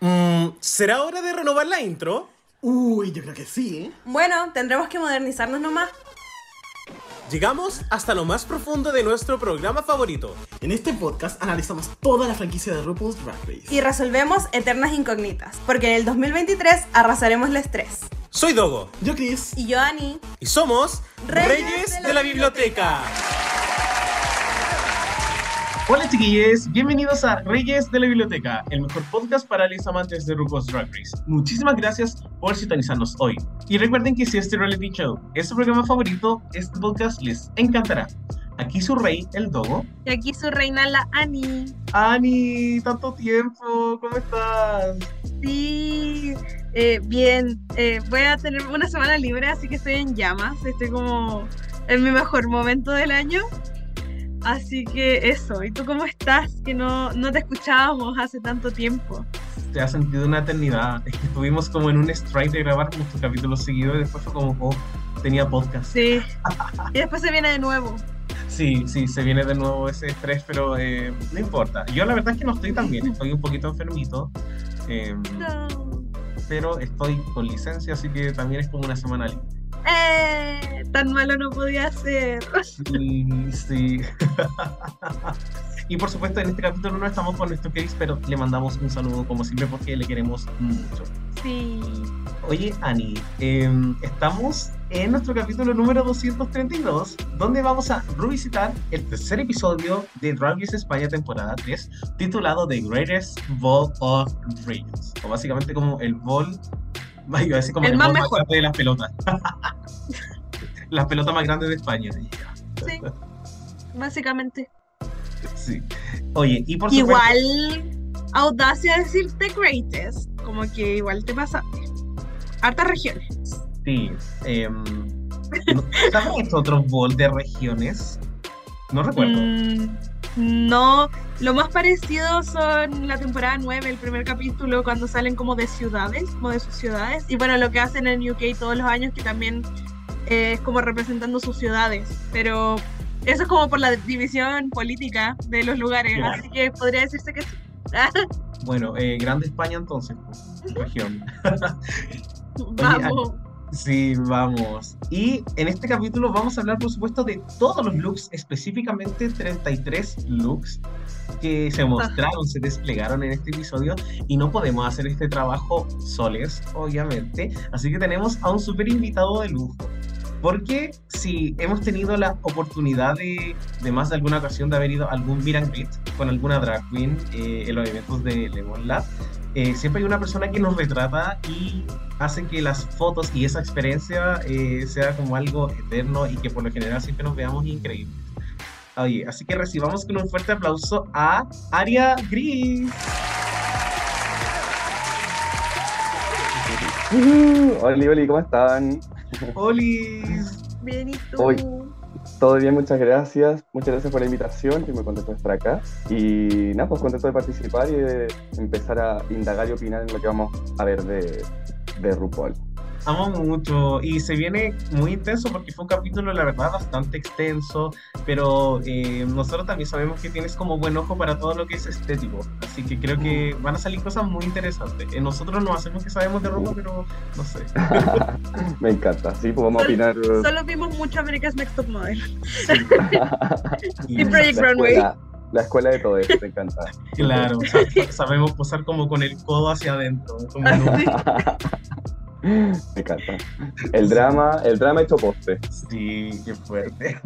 ¿Será hora de renovar la intro? Uy, yo creo que sí, ¿eh? Bueno, tendremos que modernizarnos nomás. Llegamos hasta lo más profundo de nuestro programa favorito. En este podcast analizamos toda la franquicia de RuPaul's Drag Race. Y resolvemos eternas incógnitas, porque en el 2023 arrasaremos el estrés. Soy Dogo. Yo, Chris. Y yo, Ani. Y somos Reyes de la Biblioteca. Hola chiquillos, bienvenidos a Reyes de la Biblioteca, el mejor podcast para los amantes de RuPaul's Drag Race. Muchísimas gracias por sintonizarnos hoy. Y recuerden que si este reality show es su programa favorito, este podcast les encantará. Aquí su rey, el Dogo. Y aquí su reina, la Ani. Ani, tanto tiempo, ¿cómo estás? Sí, bien. Voy a tener una semana libre, así que estoy en llamas. Estoy como en mi mejor momento del año. Así que eso. ¿Y tú cómo estás? Que no te escuchábamos hace tanto tiempo. Te has sentido una eternidad. Es que estuvimos como en un strike de grabar muchos capítulos seguidos y después fue como, oh, tenía podcast. Sí. Y después se viene de nuevo. Sí, se viene de nuevo ese estrés, pero no importa. Yo la verdad es que no estoy tan bien, estoy un poquito enfermito, No. pero estoy con licencia, así que también es como una semana libre. Tan malo no podía ser. Sí. Y por supuesto en este capítulo no estamos con nuestro Chris, pero le mandamos un saludo como siempre porque le queremos mucho. Sí. Oye, Ani, estamos en nuestro capítulo número 232, donde vamos a revisitar el tercer episodio de Drag Race España temporada 3, titulado The Greatest Ball of Dragons, o básicamente como el ball, iba a decir como el el más ball mejor. grande de las pelotas. Las pelotas más grandes de España. Sí. Básicamente. Sí. Oye, y por supuesto... Igual, audacia decir the greatest. Como que igual te pasaste. Hartas regiones. Sí. ¿Sabes estos otros ball de regiones? No recuerdo. No, lo más parecido son la temporada 9, el primer capítulo, cuando salen como de ciudades, como de sus ciudades. Y bueno, lo que hacen en UK todos los años, que también es como representando sus ciudades. Pero eso es como por la división política de los lugares, Claro. así que podría decirse que sí. Bueno, Grande España entonces, región. Vamos. Sí, vamos. Y en este capítulo vamos a hablar, por supuesto, de todos los looks, específicamente 33 looks que se mostraron, se desplegaron en este episodio, y no podemos hacer este trabajo soles, obviamente. Así que tenemos a un súper invitado de lujo. Porque si hemos tenido la oportunidad de más de alguna ocasión de haber ido a algún meet and greet con alguna drag queen en los eventos de Lemon Lab, siempre hay una persona que nos retrata y hace que las fotos y esa experiencia sea como algo eterno y que por lo general siempre nos veamos increíbles. Oye, así que recibamos con un fuerte aplauso a Aria Gris. Hola, ¿cómo están? ¡Olis! Bien, ¿y tú? Hoy. Todo bien, muchas gracias. Muchas gracias por la invitación, estoy muy contento de estar acá. Y nada, pues contento de participar y de empezar a indagar y opinar en lo que vamos a ver de RuPaul. Amo mucho y se viene muy intenso porque fue un capítulo, la verdad, bastante extenso, pero nosotros también sabemos que tienes como buen ojo para todo lo que es estético, así que creo que van a salir cosas muy interesantes. Nosotros no hacemos que sabemos de ropa, pero no sé. Me encanta, sí, pues vamos a opinar. Solo vimos mucho America's Next Top Model. Y Y Project Runway. La escuela de todo esto, me encanta. claro, sabemos posar como con el codo hacia adentro, como en un- Me encanta. El drama hecho postre. Sí, qué fuerte.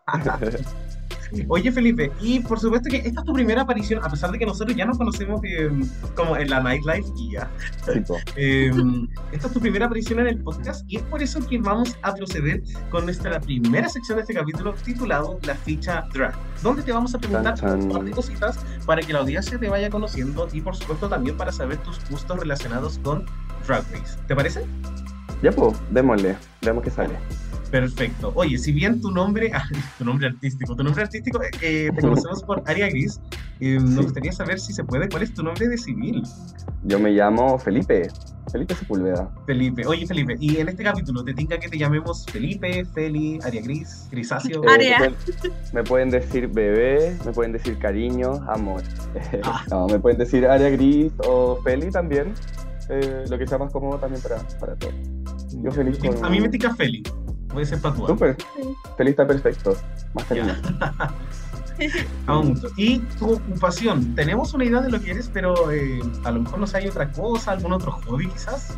Oye, Felipe, y por supuesto que esta es tu primera aparición, a pesar de que nosotros ya nos conocemos como en la nightlife y ya. Chico. Esta es tu primera aparición en el podcast y es por eso que vamos a proceder con nuestra primera sección de este capítulo titulado La Ficha Drag, donde te vamos a preguntar Chan, chan. un par de cositas para que la audiencia te vaya conociendo y por supuesto también para saber tus gustos relacionados con Drag Race. ¿Te parece? Ya pues, démosle, veamos qué sale. Perfecto. Oye, si bien tu nombre artístico, te conocemos por Aria Gris, nos gustaría saber si se puede, ¿cuál es tu nombre de civil? Yo me llamo Felipe, Felipe Sepúlveda. Felipe. Oye, Felipe, y en este capítulo, ¿te tinca que te llamemos Felipe, Feli, Aria Gris, Grisáceo? Aria. Me pueden decir bebé, me pueden decir cariño, amor. Ah. No, me pueden decir Aria Gris o Feli también. Lo que sea más cómodo también para todos. Yo feliz con... A mí me tinca Feli. Voy a ser patuado. Súper. Feliz está perfecto. Más cariño. Amo mucho. Y tu ocupación, tenemos una idea de lo que eres, pero a lo mejor no sé, hay otra cosa, algún otro hobby quizás.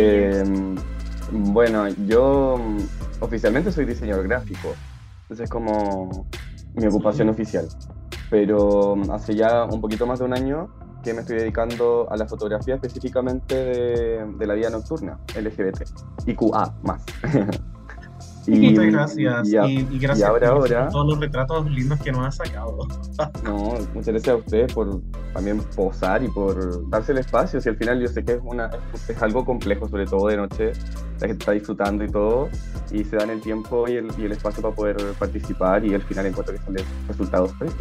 Bueno, yo oficialmente soy diseñador gráfico. Esa es como mi ocupación oficial. Pero hace ya un poquito más de un año que me estoy dedicando a la fotografía específicamente de la vida nocturna, LGBT, y QA más. Muchas gracias. Y gracias ahora, por todos los retratos lindos que nos has sacado. No, muchas gracias a ustedes por también posar y por darse el espacio. Si al final yo sé que es algo complejo, sobre todo de noche, la gente está disfrutando y todo, y se dan el tiempo y el espacio para poder participar, y al final encuentro que salen resultados precios.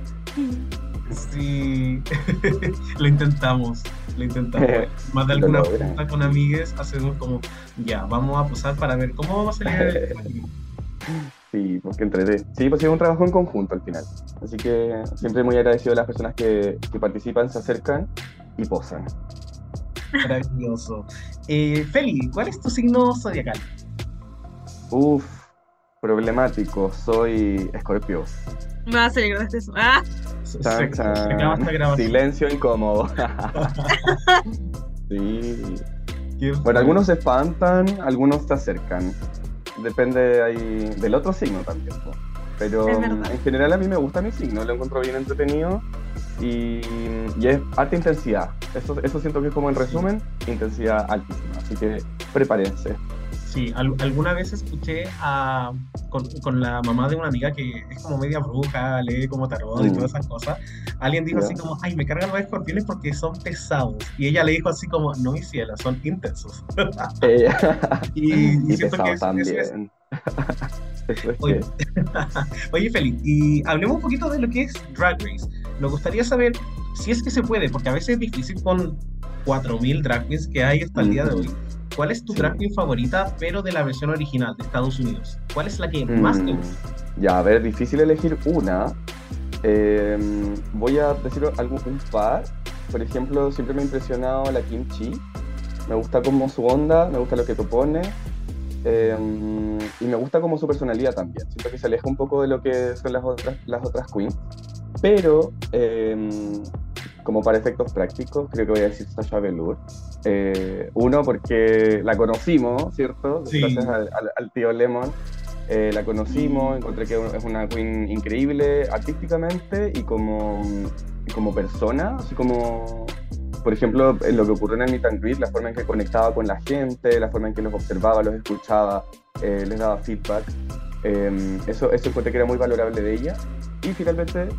Sí, lo intentamos. Más de alguna junta con amigues hacemos como, ya, vamos a posar para ver cómo vamos a salir. Sí, porque sí, pues es un trabajo en conjunto al final. Así que siempre muy agradecido a las personas que participan, se acercan y posan. Maravilloso. Feli, ¿cuál es tu signo zodiacal? Problemático, soy Escorpio. Me va a salir de eso. ¡Ah! Se acaba esta grabación. Silencio incómodo. Sí. Qué Bueno, algunos se espantan, algunos se acercan. Depende ahí del otro signo también, ¿no? Pero Es verdad. en general a mí me gusta mi signo, lo encuentro bien entretenido y es alta intensidad. Eso siento que es como en resumen, intensidad altísima. Así que prepárense. Sí, alguna vez escuché con la mamá de una amiga que es como media bruja, lee como tarot y todas esas cosas. Alguien dijo así como, ay, me cargan los escorpiones porque son pesados. Y ella le dijo así como, no, mi ciela, son intensos. y Y siento que pesado eso es. también. Eso es Oye, que... Oye, Feli, y hablemos un poquito de lo que es Drag Race. Nos gustaría saber si es que se puede, porque a veces es difícil con 4.000 drag queens que hay hasta el día de hoy. ¿Cuál es tu Sí. drag queen favorita, pero de la versión original de Estados Unidos? ¿Cuál es la que más te gusta? Ya, a ver, difícil elegir una. Voy a decir un par. Por ejemplo, siempre me ha impresionado la Kim Chi. Me gusta como su onda, me gusta lo que propone. Y me gusta como su personalidad también. Siento que se aleja un poco de lo que son las otras queens. Pero, como para efectos prácticos, creo que voy a decir Sasha Velour. Uno, porque la conocimos, ¿cierto? Sí. Gracias al tío Lemon. La conocimos, encontré que es una queen increíble artísticamente y como persona, así como, por ejemplo, en lo que ocurrió en el Meet and Greet, la forma en que conectaba con la gente, la forma en que los observaba, los escuchaba, les daba feedback. Eso encontré que era muy valorable de ella. Y finalmente,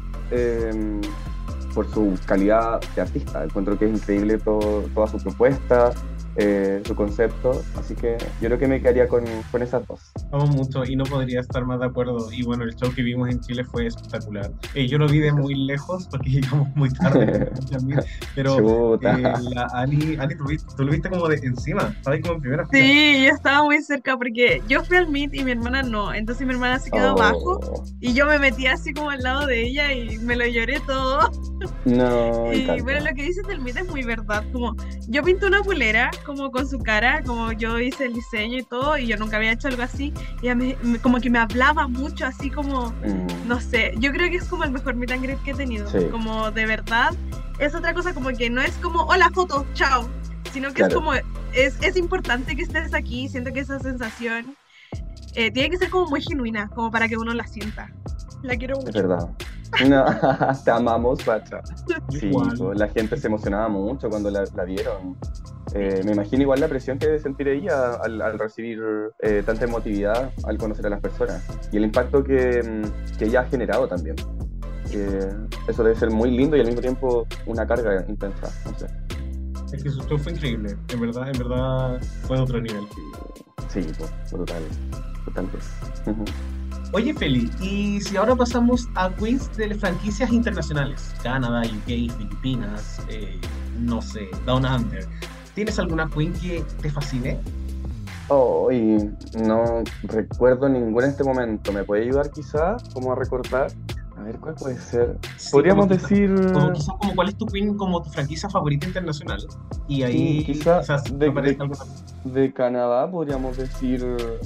por su calidad de artista, encuentro que es increíble toda su propuesta, su concepto, así que yo creo que me quedaría con esas dos. Amo mucho y no podría estar más de acuerdo. Y bueno, el show que vimos en Chile fue espectacular. Yo lo vi de muy lejos porque llegamos muy tarde, pero Chuta. la Ali, tú lo viste como de encima, ¿sabes? Como en primera fila. Sí, yo estaba muy cerca porque yo fui al meet y mi hermana no. Entonces mi hermana se quedó Oh, abajo y yo me metí así como al lado de ella y me lo lloré todo. No, Y encanta. bueno, lo que dices del meet es muy verdad. Como yo pinté una polera como con su cara, como yo hice el diseño y todo, y yo nunca había hecho algo así. Y ella como que me hablaba mucho, así como, no sé, yo creo que es como el mejor meet and greet que he tenido. Sí. Como de verdad, es otra cosa como que no es como, hola foto, chao. Sino que Claro. es como, es importante que estés aquí, siento que esa sensación tiene que ser como muy genuina, como para que uno la sienta. La quiero Es mucho. verdad. No, te amamos, Pacha. Sí, Igual. pues, la gente se emocionaba mucho cuando la vieron. Me imagino igual la presión que debe sentir ella al recibir tanta emotividad al conocer a las personas y el impacto que ella ha generado también. Eso debe ser muy lindo y al mismo tiempo una carga intensa. No sé. Es que su show fue increíble, en verdad fue de otro nivel. Sí, pues, totalmente. Ujú. Oye, Feli, y si ahora pasamos a queens de franquicias internacionales, Canadá, UK, Filipinas, no sé, Down Under, ¿Tienes alguna queen que te fascine? Oh, y no recuerdo ninguna en este momento. ¿Me puede ayudar quizás como a recordar? A ver, ¿cuál puede ser? Sí, Podríamos como quizá- decir... Como quizás como cuál es tu queen como tu franquicia favorita internacional. Y ahí quizá quizás de- aparezca de- alguna. De Canadá podríamos decir...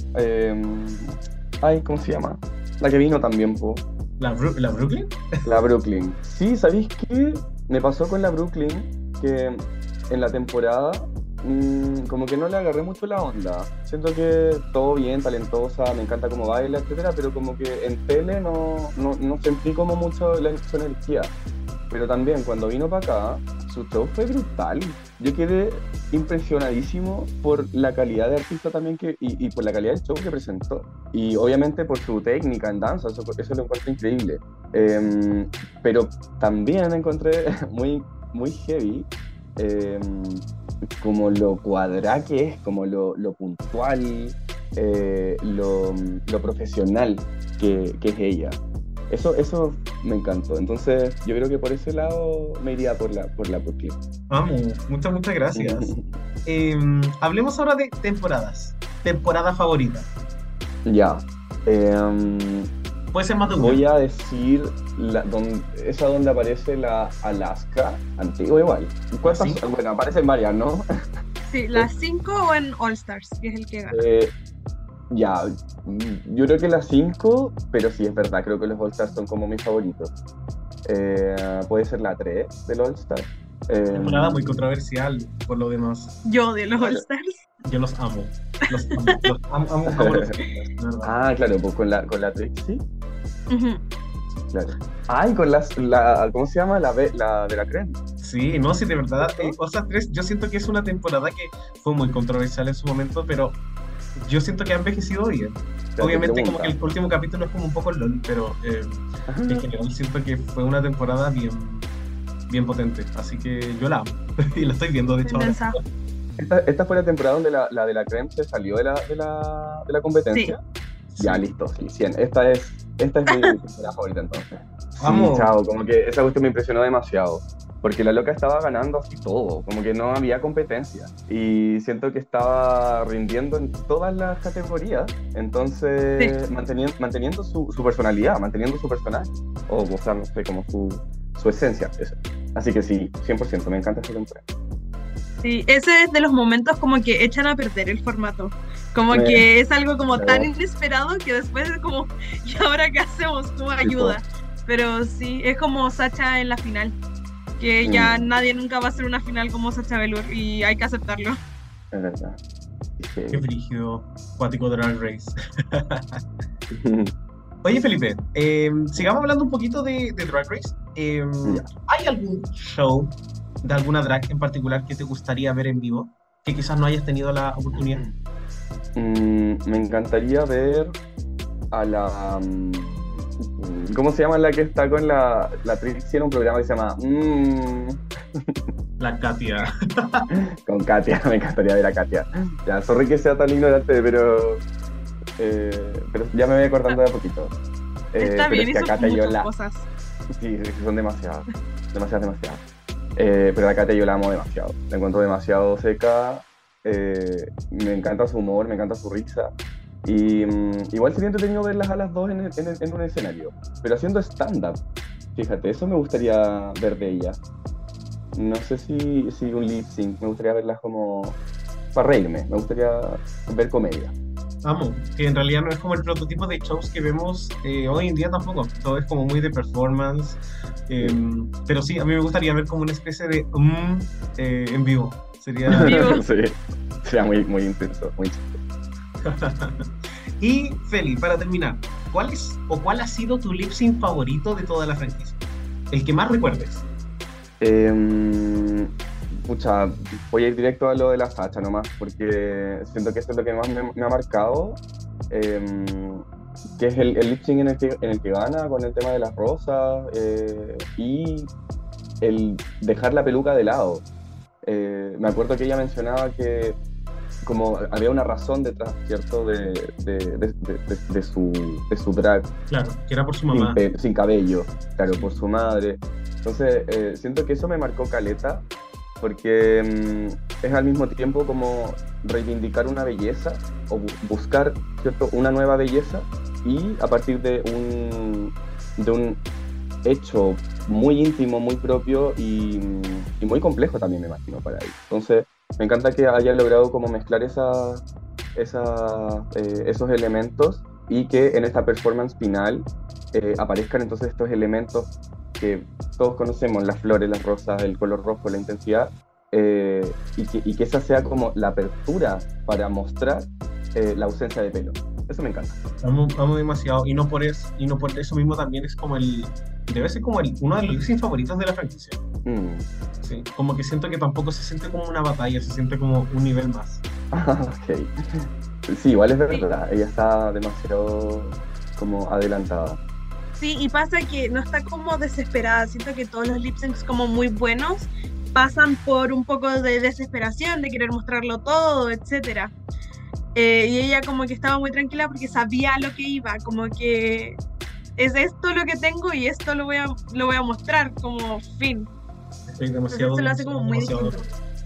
ay, ¿cómo se llama? La que vino también, po. ¿La Brooklyn? La Brooklyn. Sí, ¿sabéis qué? Me pasó con la Brooklyn que en la temporada como que no le agarré mucho la onda. Siento que todo bien, talentosa, me encanta cómo baila, etcétera, pero como que en tele no sentí como mucho su energía. Pero también cuando vino para acá, su show fue brutal. Yo quedé impresionadísimo por la calidad de artista también y por la calidad del show que presentó. Y obviamente por su técnica en danza, eso lo encuentro increíble. Pero también encontré muy, muy heavy como lo cuadrada que es, como lo puntual, lo profesional que es ella. Eso me encantó. Entonces yo creo que por ese lado me iría por la Brooklyn. Vamos, muchas gracias. Hablemos ahora de temporadas. Temporada favorita. Ya. Puede ser más de una. Voy a decir esa donde aparece la Alaska, antigua igual. ¿Cuántas? ¿Sí? Bueno, aparecen varias, ¿no? Sí, las 5 o en All Stars, que es el que gana. Ya, yo creo que las 5, pero sí, es verdad, creo que los All-Stars son como mis favoritos. Puede ser la 3 del All-Star. Temporada muy controversial por lo demás. Yo de los Vale. All Stars. Yo los amo. Los amo. Amo los All-Stars, de verdad. Ah, claro, pues con la Trixie, Ujú. claro. Ah, y con ¿cómo se llama? La de la crema. Sí, no, sí, de verdad. All-Stars 3, yo siento que es una temporada que fue muy controversial en su momento, pero yo siento que ha envejecido bien. Obviamente, como que el último capítulo es como un poco LOL, pero en general siento que fue una temporada bien potente. Así que yo la amo. Y la estoy viendo, de hecho, ahora. Intensa. Esta fue la temporada donde la de la crema se salió de la competencia. Ya, listo, sí, 100. Esta es mi temporada favorita entonces. Sí, Vamos. chao, como que esa cuestión me impresionó demasiado. Porque la loca estaba ganando así todo, como que no había competencia. Y siento que estaba rindiendo en todas las categorías. Entonces, manteniendo su personalidad, manteniendo su personaje. O sea, no sé, como su esencia. Eso. Así que sí, 100%, me encanta esta temporada. Sí, ese es de los momentos como que echan a perder el formato. Como que es algo como tan inesperado que después es como, ¿y ahora qué hacemos? ¿Cómo ayuda? Pero sí, es como Sacha en la final. Que ya nadie nunca va a hacer una final como Sacha Velour y hay que aceptarlo. Es verdad. Qué brígido. Cuático Drag Race. Oye, Felipe, sigamos hablando un poquito de Drag Race. ¿Hay algún show de alguna drag en particular que te gustaría ver en vivo? Que quizás no hayas tenido la oportunidad. Me encantaría ver a la... ¿cómo se llama la que está con la Trixie en un programa que se llama... La Katia. Con Katia, me encantaría ver a Katia. Ya, sorry que sea tan ignorante, pero ya me voy acordando de a poquito. Está pero bien, es que a hizo Katia yo muchas cosas. Sí, son demasiadas. Pero a Katia yo la amo demasiado. La encuentro demasiado seca. Me encanta su humor, me encanta su risa. Y igual sería entretenido verlas a las dos en un escenario, pero haciendo stand-up. Fíjate, eso me gustaría ver de ella. No sé si un lip sync, me gustaría verlas como para reírme, me gustaría ver comedia. Vamos, que en realidad no es como el prototipo de shows que vemos hoy en día tampoco. Todo es como muy de performance. Pero sí, a mí me gustaría ver como una especie de en vivo. Sería... Sí, sería muy intenso, muy chistoso. Y Feli, para terminar, ¿cuál ha sido tu lip sync favorito de toda la franquicia? El que más recuerdes. Pucha, voy a ir directo a lo de la Sacha nomás, porque siento que eso es lo que más me ha marcado, que es el lip sync en el que gana con el tema de las rosas y el dejar la peluca de lado. Me acuerdo que ella mencionaba que como había una razón detrás, ¿cierto? De su drag. Claro, que era por su mamá. Sin cabello, claro, por su madre. Entonces, siento que eso me marcó caleta porque es al mismo tiempo como reivindicar una belleza o buscar, ¿cierto?, una nueva belleza, y a partir de un hecho muy íntimo, muy propio y muy complejo también, me imagino, para él. Entonces, me encanta que haya logrado como mezclar esos elementos, y que en esta performance final aparezcan entonces estos elementos que todos conocemos, las flores, las rosas, el color rojo, la intensidad, y que esa sea como la apertura para mostrar la ausencia de pelo. Eso me encanta. Amo demasiado, y no por eso mismo también es como debe ser como uno de los lip sync favoritos de la franquicia. Sí, como que siento que tampoco se siente como una batalla, se siente como un nivel más. Ok. Sí, igual es verdad, ella está demasiado como adelantada. Sí, y pasa que no está como desesperada. Siento que todos los lip syncs como muy buenos pasan por un poco de desesperación, de querer mostrarlo todo, etcétera. Y ella como que estaba muy tranquila porque sabía a lo que iba, como que es esto lo que tengo y esto lo voy a mostrar como fin. Estoy demasiado. Entonces se lo hace como muy distinto.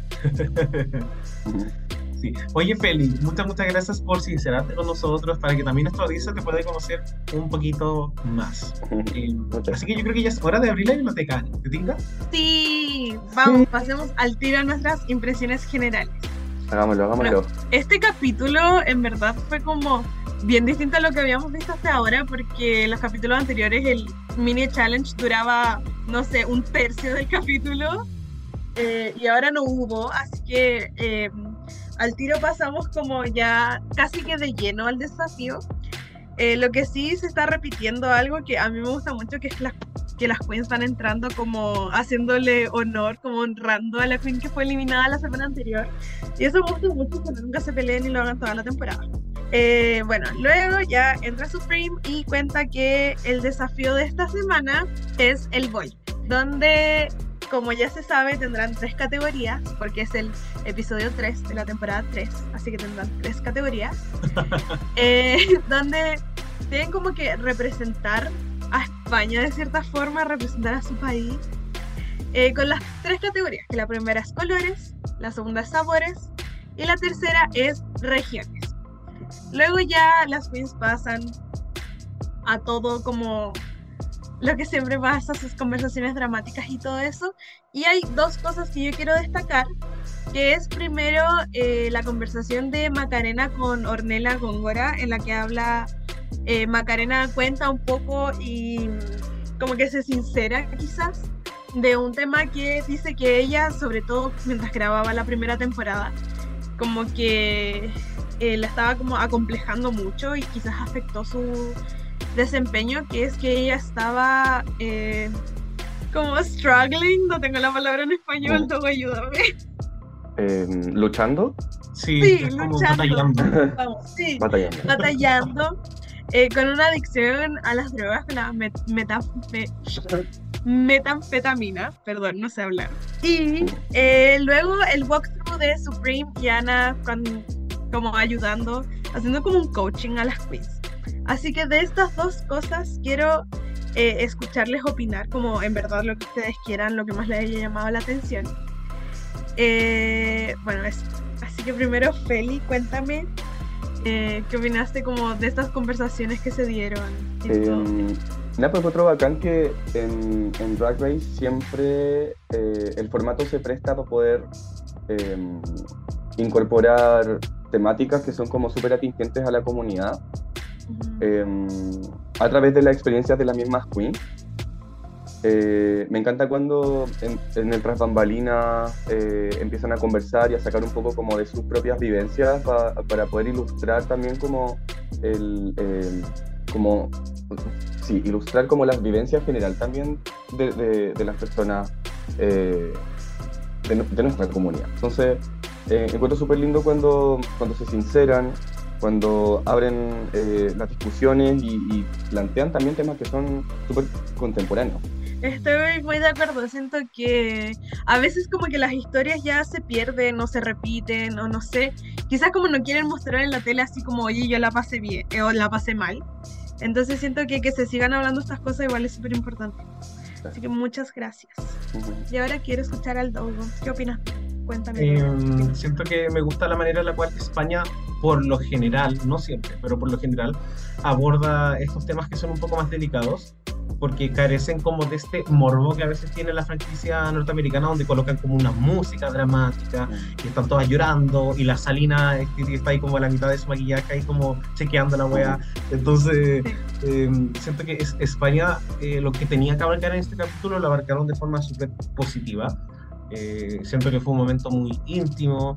Sí. Oye, Feli, muchas gracias por sincerarte con nosotros, para que también nuestra audiencia te pueda conocer un poquito más. Así que yo creo que ya es hora de abrir la biblioteca. ¿Te tinca? Sí, vamos, pasemos al tiro a nuestras impresiones generales. Hagámoslo. Bueno, este capítulo en verdad fue como bien distinto a lo que habíamos visto hasta ahora, porque en los capítulos anteriores el mini challenge duraba, no sé, un tercio del capítulo, y ahora no hubo, así que al tiro pasamos como ya casi que de lleno al desafío. Lo que sí se está repitiendo algo que a mí me gusta mucho, que es que las queens están entrando como haciéndole honor, como honrando a la queen que fue eliminada la semana anterior, y eso me gusta mucho, que nunca se peleen y lo hagan toda la temporada. Bueno, luego ya entra Supreme y cuenta que el desafío de esta semana es el Boy, donde, como ya se sabe, tendrán 3 categorías, porque es el episodio 3 de la temporada 3, así que tendrán 3 categorías, donde tienen como que representar a España de cierta forma, representar a su país, con las 3 categorías, que la primera es colores, la segunda es sabores, y la tercera es regiones. Luego ya las queens pasan a todo como lo que siempre pasa, sus conversaciones dramáticas y todo eso. Y hay 2 cosas que yo quiero destacar, que es primero la conversación de Macarena con Ornella Góngora, en la que habla, Macarena cuenta un poco y como que se sincera quizás de un tema que dice que ella, sobre todo mientras grababa la primera temporada, como que la estaba como acomplejando mucho y quizás afectó su desempeño, que es que ella estaba como struggling, no tengo la palabra en español, luego ayúdame. ¿Luchando? Sí, es como luchando. batallando. Vamos, sí, Batallando. batallando con una adicción a las drogas, con la metanfetamina, perdón, no sé hablar. Y luego el walkthrough de Supreme y Ana como ayudando, haciendo como un coaching a las queens. Así que de estas 2 cosas quiero escucharles opinar, como en verdad lo que ustedes quieran, lo que más les haya llamado la atención. Bueno, eso. Así que primero, Feli, cuéntame qué opinaste como de estas conversaciones que se dieron. Nada, pues otro bacán que en Drag Race siempre el formato se presta para poder incorporar temáticas que son como súper atingentes a la comunidad, a través de las experiencias de las mismas queens. Me encanta cuando en el tras bambalinas empiezan a conversar y a sacar un poco como de sus propias vivencias para poder ilustrar también como ilustrar como las vivencias general también de las personas de nuestra comunidad. Entonces encuentro súper lindo cuando se sinceran, cuando abren las discusiones y plantean también temas que son súper contemporáneos. Estoy muy de acuerdo, siento que a veces como que las historias ya se pierden o se repiten o no sé, quizás como no quieren mostrar en la tele así como, oye, yo la pasé bien o la pasé mal, entonces siento que se sigan hablando estas cosas igual es súper importante. Así que muchas gracias. Ujú. Y ahora quiero escuchar al Dogo. ¿Qué opinas tú? Cuéntame. Siento que me gusta la manera en la cual España, por lo general, no siempre, pero por lo general, aborda estos temas que son un poco más delicados, porque carecen como de este morbo que a veces tiene la franquicia norteamericana, donde colocan como una música dramática, y están todas llorando, y la Salina está ahí como a la mitad de su maquillaje, ahí como chequeando la wea. Entonces, siento que España, lo que tenía que abarcar en este capítulo, lo abarcaron de forma súper positiva. Siento que fue un momento muy íntimo.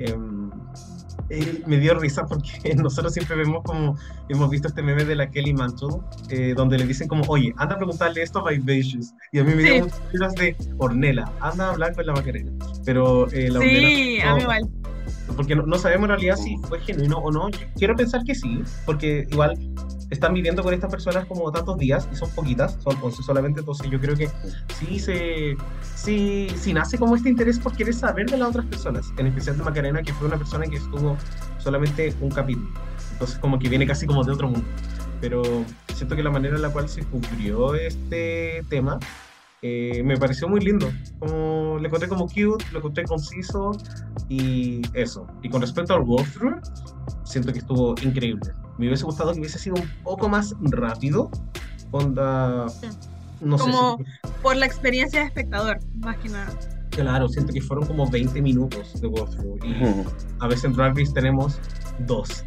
Me dio risa porque nosotros siempre vemos como, hemos visto este meme de la Kelly Mantle, donde le dicen como, oye, anda a preguntarle esto a Vivacious, y a mí me dio muchas ganas de Ornella, anda a hablar con la Macarena, pero la Sí, Ornella, a mí igual. porque no sabemos en realidad si fue genuino o no. Yo quiero pensar que sí, porque igual están viviendo con estas personas como tantos días, y son poquitas, son 11 solamente, entonces yo creo que sí nace como este interés por querer saber de las otras personas, en especial de Macarena, que fue una persona que estuvo solamente un capítulo, entonces como que viene casi como de otro mundo, pero siento que la manera en la cual se cubrió este tema me pareció muy lindo, como, le encontré como cute, lo encontré conciso, y eso. Y con respecto al walkthrough, siento que estuvo increíble. Me hubiese gustado que hubiese sido un poco más rápido, onda, no sé Como si... por la experiencia de espectador, más que nada. Claro, siento que fueron como 20 minutos de walkthrough, y a veces en Drag Race tenemos 2.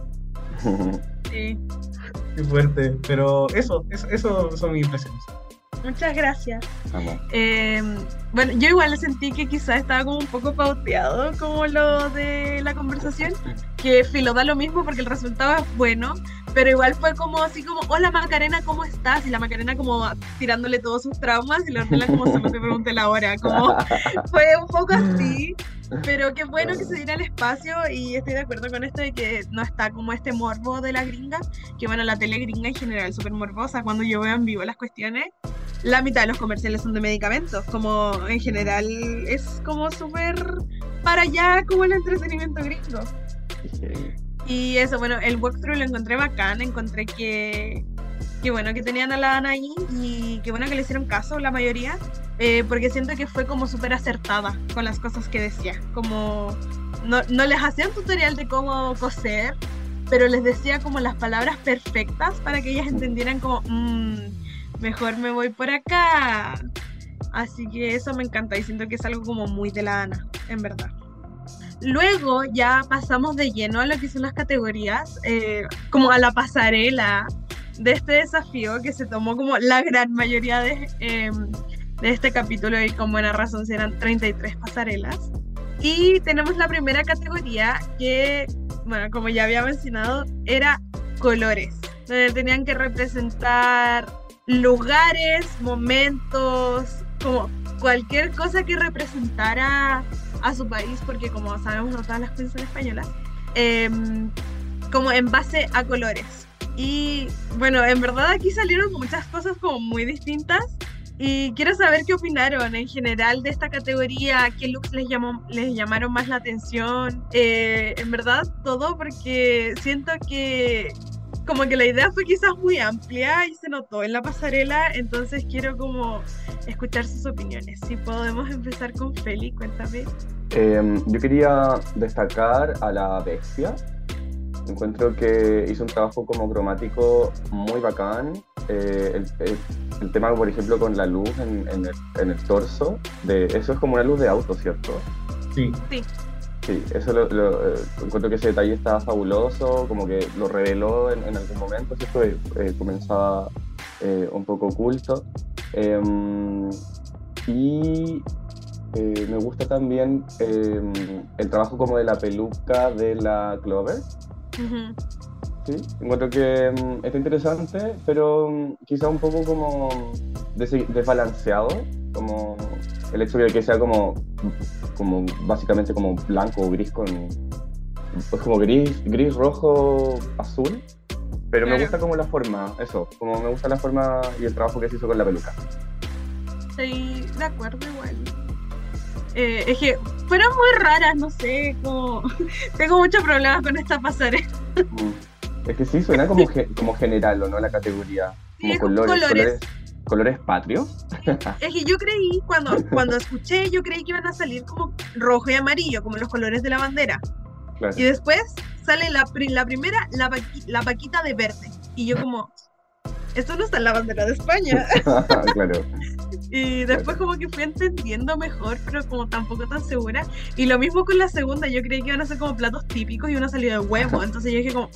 Sí. Qué fuerte, pero eso son mis impresiones. Muchas gracias. Vamos. Bueno, yo igual sentí que quizás estaba como un poco pauteado como lo de la conversación, que filo da lo mismo porque el resultado es bueno, pero igual fue como así como, hola Macarena, ¿cómo estás? Y la Macarena como tirándole todos sus traumas, y la Ornella como solo te pregunté la hora, como fue un poco así. Pero qué bueno que se diera el espacio, y estoy de acuerdo con esto de que no está como este morbo de la gringa, que bueno, la tele gringa en general es súper morbosa. Cuando yo veo en vivo las cuestiones, la mitad de los comerciales son de medicamentos, como en general es como súper para allá como el entretenimiento gringo. Y eso, bueno, el walkthrough lo encontré bacán, encontré que bueno, que tenían a la Ana ahí, y que bueno que le hicieron caso la mayoría, porque siento que fue como súper acertada con las cosas que decía, como no les hacía un tutorial de cómo coser, pero les decía como las palabras perfectas para que ellas entendieran como, mejor me voy por acá. Así que eso me encanta, y siento que es algo como muy de la Ana, en verdad. Luego ya pasamos de lleno a lo que son las categorías, como a la pasarela de este desafío que se tomó como la gran mayoría de este capítulo, y con buena razón serán 33 pasarelas. Y tenemos la primera categoría que, bueno, como ya había mencionado, era colores, donde tenían que representar lugares, momentos, como cualquier cosa que representara a su país, porque como sabemos no todas las cosas son españolas, como en base a colores. Y bueno, en verdad aquí salieron muchas cosas como muy distintas, y quiero saber qué opinaron en general de esta categoría, qué looks les llamaron más la atención, en verdad todo, porque siento que como que la idea fue quizás muy amplia y se notó en la pasarela, entonces quiero como escuchar sus opiniones. Si podemos empezar con Feli, cuéntame. Yo quería destacar a la Bestia. Encuentro que hizo un trabajo como cromático muy bacán. El tema, por ejemplo, con la luz en el torso, eso es como una luz de auto, ¿cierto? Sí. Sí, eso encuentro que ese detalle estaba fabuloso, como que lo reveló en algún momento, ¿cierto? Comenzaba un poco oculto. Y me gusta también el trabajo como de la peluca de la Clover. Uh-huh. Sí, encuentro que está interesante, pero quizá un poco como desbalanceado, como el hecho de que sea como básicamente como blanco o gris pues como gris, rojo, azul, pero Claro. me gusta como la forma, eso, como me gusta la forma y el trabajo que se hizo con la peluca. Estoy de acuerdo igual. Es que fueron muy raras, no sé, como tengo muchos problemas con esta pasarela. Es que sí, suena como general, ¿o no? La categoría, Sí, como es como colores. colores patrios. Es que yo creí, cuando escuché, yo creí que iban a salir como rojo y amarillo, como los colores de la bandera. Claro. Y después sale la primera, la Paquita de verde. Y yo como, esto no está en la bandera de España. Claro. Y después como que fui entendiendo mejor, pero como tampoco tan segura. Y lo mismo con la segunda, yo creí que iban a ser como platos típicos y una salida de huevo. Entonces yo dije como,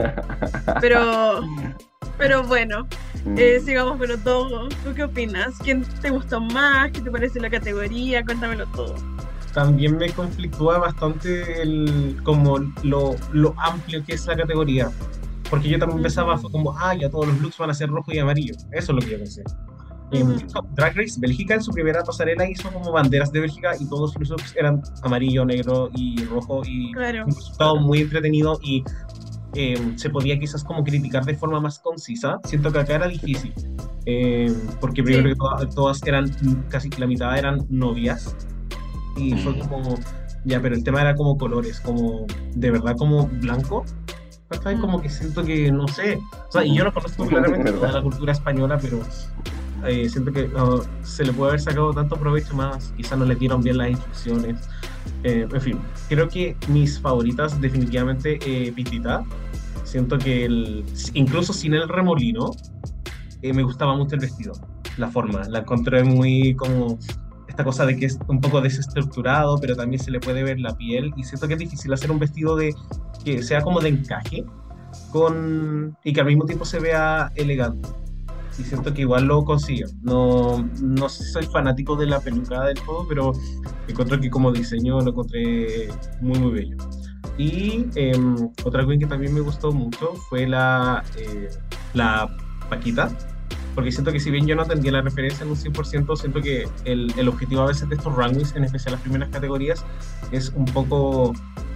Pero bueno, sigamos con todo. ¿Tú qué opinas? ¿Quién te gustó más? ¿Qué te parece la categoría? Cuéntamelo todo. También me conflictúa bastante como lo amplio que es la categoría. Porque yo también pensaba, fue como, ya todos los looks van a ser rojo y amarillo. Eso es lo que yo pensé. Drag Race Bélgica en su primera pasarela hizo como banderas de Bélgica y todos los looks eran amarillo, negro y rojo y Claro. un resultado muy entretenido y se podía quizás como criticar de forma más concisa. Siento que acá era difícil porque primero que todas eran, casi la mitad eran novias y fue como, ya, pero el tema era como colores, como de verdad como blanco. ¿Sabes? Como que siento que, no sé, o sea, y yo no conozco claramente toda la cultura española, pero siento que se le puede haber sacado tanto provecho más, quizás no le dieron bien las instrucciones. En fin, creo que mis favoritas definitivamente Pitita. Siento que incluso sin el remolino me gustaba mucho el vestido, la forma, la encontré muy como esta cosa de que es un poco desestructurado, pero también se le puede ver la piel y siento que es difícil hacer un vestido que sea como de encaje y que al mismo tiempo se vea elegante. Y siento que igual lo consigue. No soy fanático de la peluca del todo, pero encuentro que como diseño lo encontré muy muy bello. Y otra queen que también me gustó mucho fue la Paquita, porque siento que si bien yo no entendía la referencia en un 100%, siento que el objetivo a veces de estos runways, en especial las primeras categorías, es un poco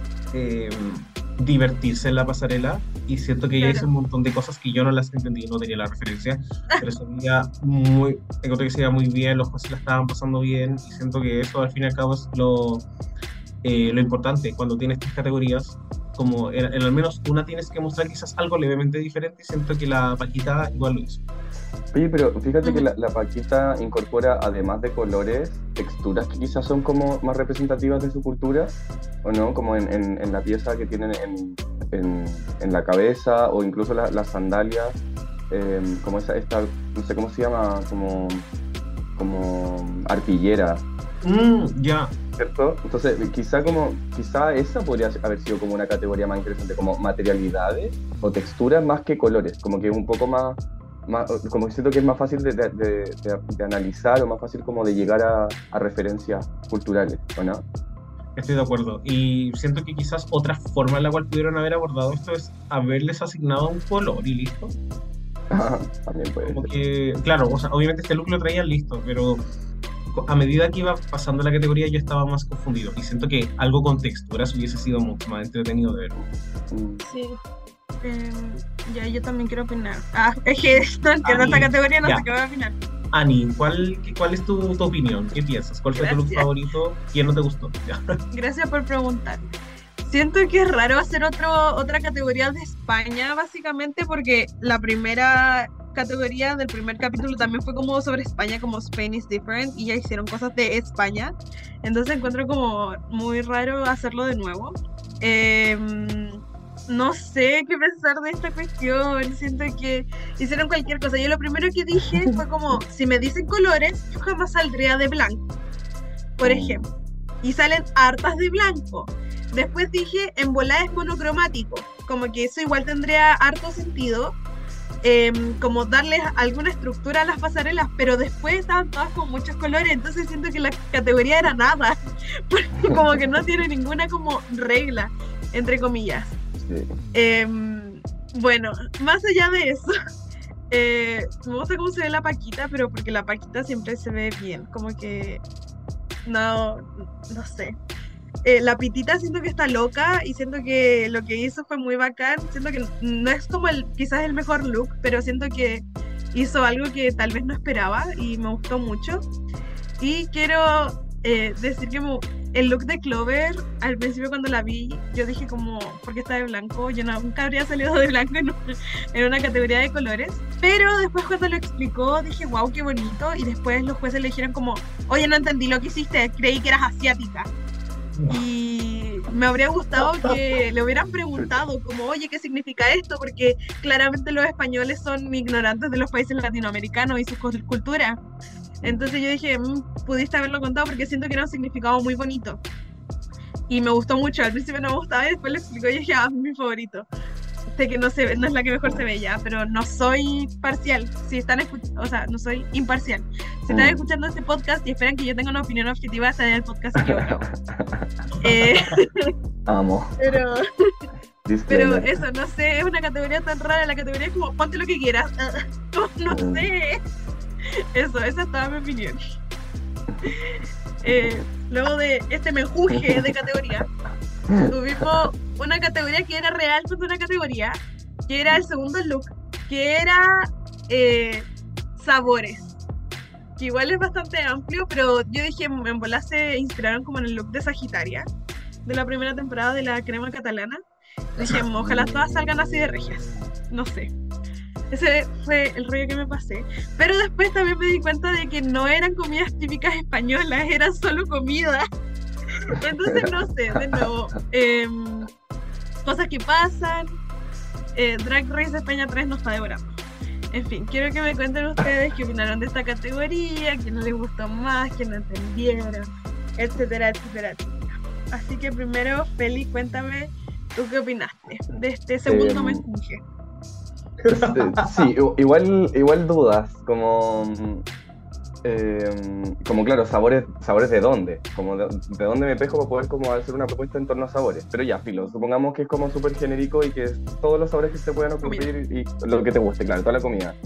divertirse en la pasarela, y siento que ella hizo un montón de cosas que yo no las entendí, no tenía la referencia, pero encontré que se veía muy bien, los jueces la estaban pasando bien, y siento que eso al fin y al cabo es lo importante cuando tienes estas categorías. Como en al menos una tienes que mostrar quizás algo levemente diferente, y siento que la Paquita igual lo hizo. Oye, pero fíjate que la Paquita incorpora, además de colores, texturas que quizás son como más representativas de su cultura, ¿o no? Como en la pieza que tienen en la cabeza, o incluso las sandalias, como esta, no sé cómo se llama, como arpillera. Ya. ¿Cierto? Entonces, quizá esa podría haber sido como una categoría más interesante, como materialidades o texturas más que colores, como que es un poco más como siento que es más fácil de analizar, o más fácil como de llegar a referencias culturales, ¿o no? Estoy de acuerdo, y siento que quizás otra forma en la cual pudieron haber abordado esto es haberles asignado un color y listo. También puede Como ser. que, claro, o sea, obviamente este look lo traían listo, pero a medida que iba pasando la categoría yo estaba más confundido, y siento que algo con texturas hubiese sido mucho más entretenido de ver. Sí. Ya, yo también quiero opinar. Es que no entiendo esta categoría, no sé qué voy a opinar. Ani, ¿cuál es tu opinión? ¿Qué piensas? ¿Cuál fue tu look favorito? ¿Quién no te gustó? Ya. Gracias por preguntar. Siento que es raro hacer otra categoría de España, básicamente porque la primera categoría del primer capítulo también fue como sobre España, como Spain is different, y ya hicieron cosas de España. Entonces encuentro como muy raro hacerlo de nuevo. No sé qué pensar de esta cuestión. Siento que hicieron cualquier cosa. Yo lo primero que dije fue como, si me dicen colores, yo jamás saldría de blanco, por ejemplo. Y salen hartas de blanco. Después dije, en volada es monocromático. Como que eso igual tendría harto sentido. Como darles alguna estructura a las pasarelas, pero después estaban todas con muchos colores, entonces siento que la categoría era nada, porque como que no tiene ninguna como regla, entre comillas. Sí. Bueno, más allá de eso, me gusta cómo se ve la Paquita, pero porque la Paquita siempre se ve bien, como que no sé. La Pitita siento que está loca, y siento que lo que hizo fue muy bacán. Siento que no es como quizás el mejor look, pero siento que hizo algo que tal vez no esperaba y me gustó mucho. Y quiero decir que el look de Clover, al principio cuando la vi, yo dije como, ¿por qué está de blanco? Yo nunca habría salido de blanco en una categoría de colores. Pero después cuando lo explicó, dije, wow, qué bonito. Y después los jueces le dijeron como, oye, no entendí lo que hiciste, creí que eras asiática. Y me habría gustado que le hubieran preguntado como, oye, ¿qué significa esto? Porque claramente los españoles son ignorantes de los países latinoamericanos y sus culturas. Entonces yo dije, pudiste haberlo contado porque siento que era un significado muy bonito. Y me gustó mucho, al principio no me gustaba y después lo explicó y dije, es mi favorito. Sé que no es la que mejor se ve ya, pero no soy parcial. Si están o sea, no soy imparcial. Si están escuchando este podcast y esperan que yo tenga una opinión objetiva, están en el podcast equivocado. Amo. Pero eso, no sé, es una categoría tan rara. La categoría es como, ponte lo que quieras. No sé. Esa es toda mi opinión. Luego de este menjunje de categoría, tuvimos una categoría que era realmente una categoría, que era el segundo look, que era sabores, que igual es bastante amplio, pero yo dije, en bola se inspiraron como en el look de Sagitaria, de la primera temporada de la crema catalana. Dije, ojalá todas salgan así de regias, no sé. Ese fue el rollo que me pasé. Pero después también me di cuenta de que no eran comidas típicas españolas, eran solo comida. Entonces, no sé, de nuevo, cosas que pasan. Drag Race España 3 nos está devorando. En fin, quiero que me cuenten ustedes qué opinaron de esta categoría, qué no les gustó más, qué no entendieron, etcétera, etcétera, etcétera. Así que primero, Feli, cuéntame, ¿tú qué opinaste de este segundo mensaje? Sí, igual dudas, como claro, sabores de dónde, como de dónde me pesco para poder como hacer una propuesta en torno a sabores, pero ya, filo, supongamos que es como súper genérico y que es todos los sabores que se puedan ocurrir y lo que te guste, claro, toda la comida.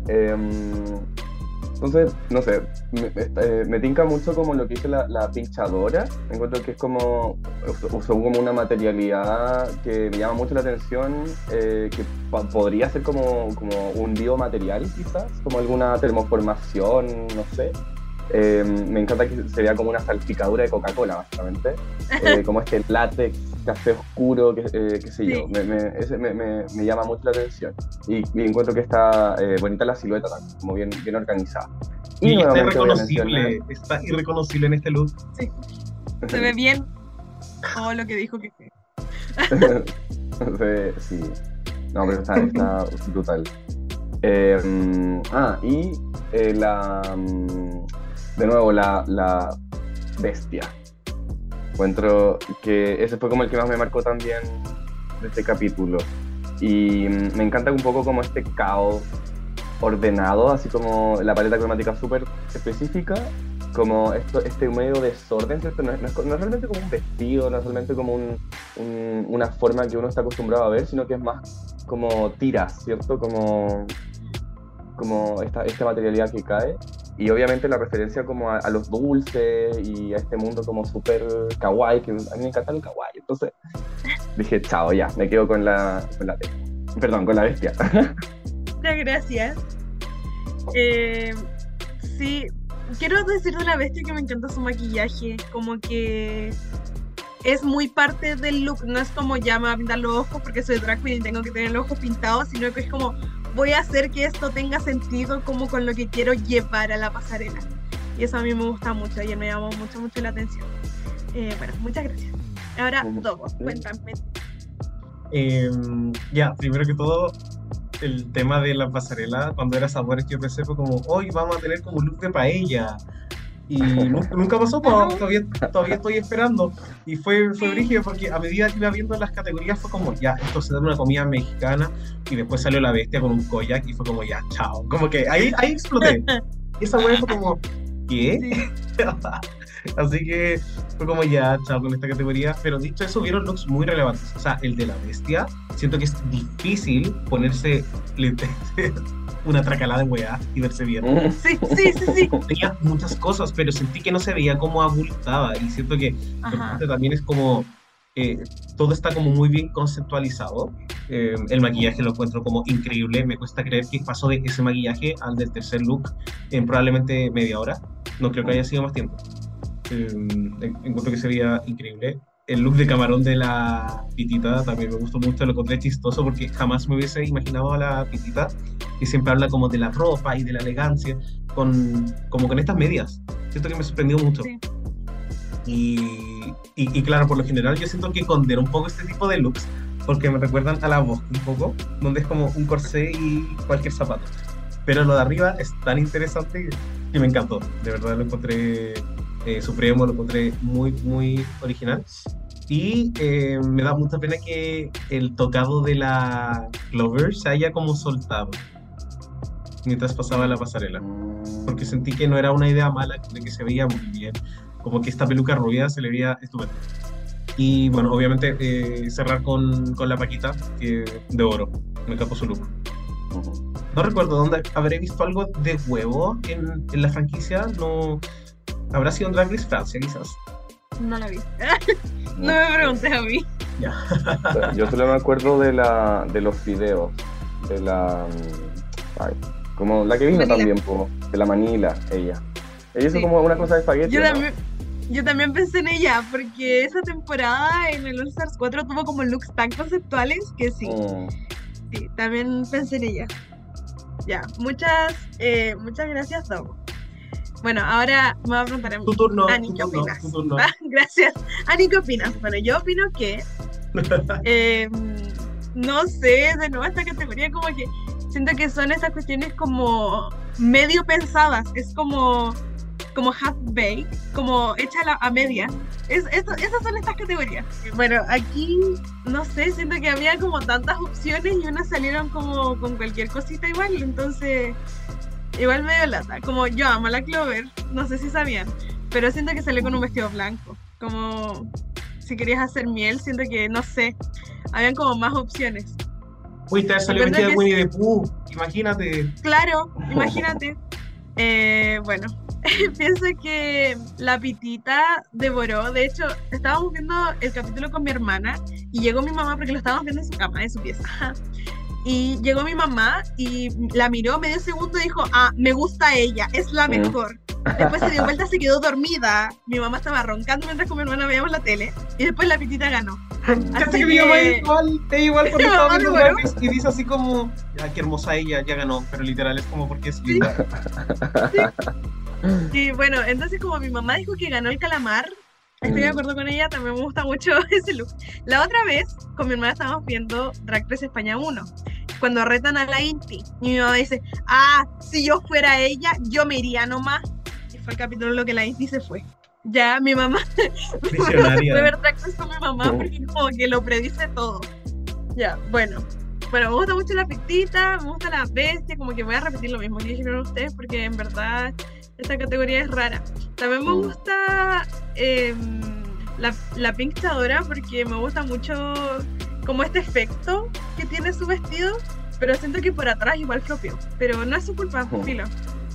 Entonces, no sé, me tinca mucho como lo que dice la pinchadora. Encuentro que es como, usó como una materialidad que me llama mucho la atención, que podría ser como un biomaterial quizás, como alguna termoformación, no sé. Me encanta que sería como una salpicadura de Coca-Cola, básicamente. Como este látex, café oscuro, qué sé yo. Me llama mucho la atención. Y encuentro que está bonita la silueta también, como bien organizada. Y está irreconocible en este look. Sí, se ve bien todo lo que dijo que fue. Sí, no, pero está brutal. De nuevo, la bestia. Encuentro que ese fue como el que más me marcó también de este capítulo. Y me encanta un poco como este caos ordenado, así como la paleta cromática súper específica, como este medio desorden, ¿cierto? No es realmente como un vestido, no es realmente como una forma que uno está acostumbrado a ver, sino que es más como tiras, ¿cierto? Como esta materialidad que cae. Y obviamente la referencia como a los dulces y a este mundo como súper kawaii, que a mí me encanta el kawaii. Entonces dije, chao, ya, me quedo con la bestia. Muchas gracias. Sí, quiero decir de la bestia que me encanta su maquillaje, como que es muy parte del look, no es como ya me voy a pintar los ojos porque soy drag queen y tengo que tener los ojos pintados, sino que es como voy a hacer que esto tenga sentido como con lo que quiero llevar a la pasarela. Y eso a mí me gusta mucho y me llamó mucho la atención. Bueno, muchas gracias. Ahora, Dogo, cuéntame. Primero que todo, el tema de la pasarela, cuando era sabores, yo pensé fue como, hoy vamos a tener como un look de paella. Y nunca pasó, todavía estoy esperando. Y fue brígido porque a medida que iba viendo las categorías fue como, ya, esto se da una comida mexicana. Y después salió la bestia con un koyak y fue como, ya, chao. Como que ahí exploté. Y esa buena fue como, ¿qué? Sí. Así que fue como, ya, chao con esta categoría. Pero dicho eso, vieron looks muy relevantes. O sea, el de la bestia, siento que es difícil ponerse una tracalada de weá y verse bien. Sí. Tenía muchas cosas, pero sentí que no se veía como abultada. Y siento que también es como todo está como muy bien conceptualizado. El maquillaje lo encuentro como increíble. Me cuesta creer que pasó de ese maquillaje al del tercer look en probablemente media hora. No creo que haya sido más tiempo. Encuentro que se veía increíble. El look de camarón de la Pitita también me gustó mucho, lo encontré chistoso porque jamás me hubiese imaginado a la Pitita, que siempre habla como de la ropa y de la elegancia, como con estas medias. Siento que me sorprendió mucho. Sí. Y claro, por lo general yo siento que condeno un poco este tipo de looks, porque me recuerdan a la Vogue un poco, donde es como un corsé y cualquier zapato. Pero lo de arriba es tan interesante que me encantó. De verdad lo encontré supremo, lo encontré muy, muy original. Y me da mucha pena que el tocado de la Clover se haya como soltado mientras pasaba la pasarela. Porque sentí que no era una idea mala, de que se veía muy bien. Como que esta peluca rubia se le veía estupenda. Y bueno, obviamente cerrar con la Paquita, que de oro. Me encantó su look. No recuerdo dónde habré visto algo de huevo en la franquicia. No, habrá sido en Drag Race Francia, quizás. No la vi. No me preguntes a mí. Ya. Yo solo me acuerdo de los videos, de la... ay, como la que vino Manila. también, de la Manila, ella. Ella hizo Sí. como una cosa de espagueti, ¿no? Yo también pensé en ella, porque esa temporada en el All Stars 4 tuvo como looks tan conceptuales que sí. Sí, también pensé en ella. Ya, muchas gracias, Dogo. Bueno, ahora me va a preguntar a mí. Tu turno, Ani, tu ¿qué turno, opinas? tu turno. Gracias. Ani, ¿qué opinas? Bueno, yo opino que no sé, de nuevo esta categoría como que siento que son estas cuestiones como medio pensadas, es como half-baked, como hecha a media. Esas son estas categorías. Bueno, aquí, no sé, siento que había como tantas opciones y unas salieron como con cualquier cosita igual, entonces igual medio lata. Como yo amo a la Clover, no sé si sabían, pero siento que salió con un vestido blanco. Como si querías hacer miel, siento que, no sé, habían como más opciones. Uy, te salió Recuerda vestida de que Winnie the Pooh, imagínate. Claro, imagínate. Bueno, pienso que la Pitita devoró. De hecho, estábamos viendo el capítulo con mi hermana y llegó mi mamá porque lo estábamos viendo en su cama, en su pieza. Y llegó mi mamá y la miró medio segundo y dijo, me gusta ella, es la mejor. Después se dio vuelta, se quedó dormida. Mi mamá estaba roncando mientras con mi hermana veíamos la tele. Y después la Pitita ganó. Fíjate que mi mamá es igual cuando Mi estaba mamá viendo devoró. Drag Race y dice así como, qué hermosa ella, ya ganó, pero literal es como porque es linda. Y bueno, entonces como mi mamá dijo que ganó el calamar, estoy de acuerdo con ella, también me gusta mucho ese look. La otra vez, con mi hermana estábamos viendo Drag Race España 1, cuando retan a la Inti, y mi mamá dice, si yo fuera ella, yo me iría nomás. Y fue el capítulo en lo que la Inti se fue. Ya mi mamá se Visionaria. fue a ver Drag Race con mi mamá porque como que lo predice todo. Ya, bueno, me gusta mucho la Pitita, me gusta la Bestia, como que voy a repetir lo mismo que dijeron ustedes porque en verdad esta categoría es rara. También me gusta la Pink Chadora porque me gusta mucho como este efecto que tiene su vestido, pero siento que por atrás igual flopeó, pero no es su culpa, filo.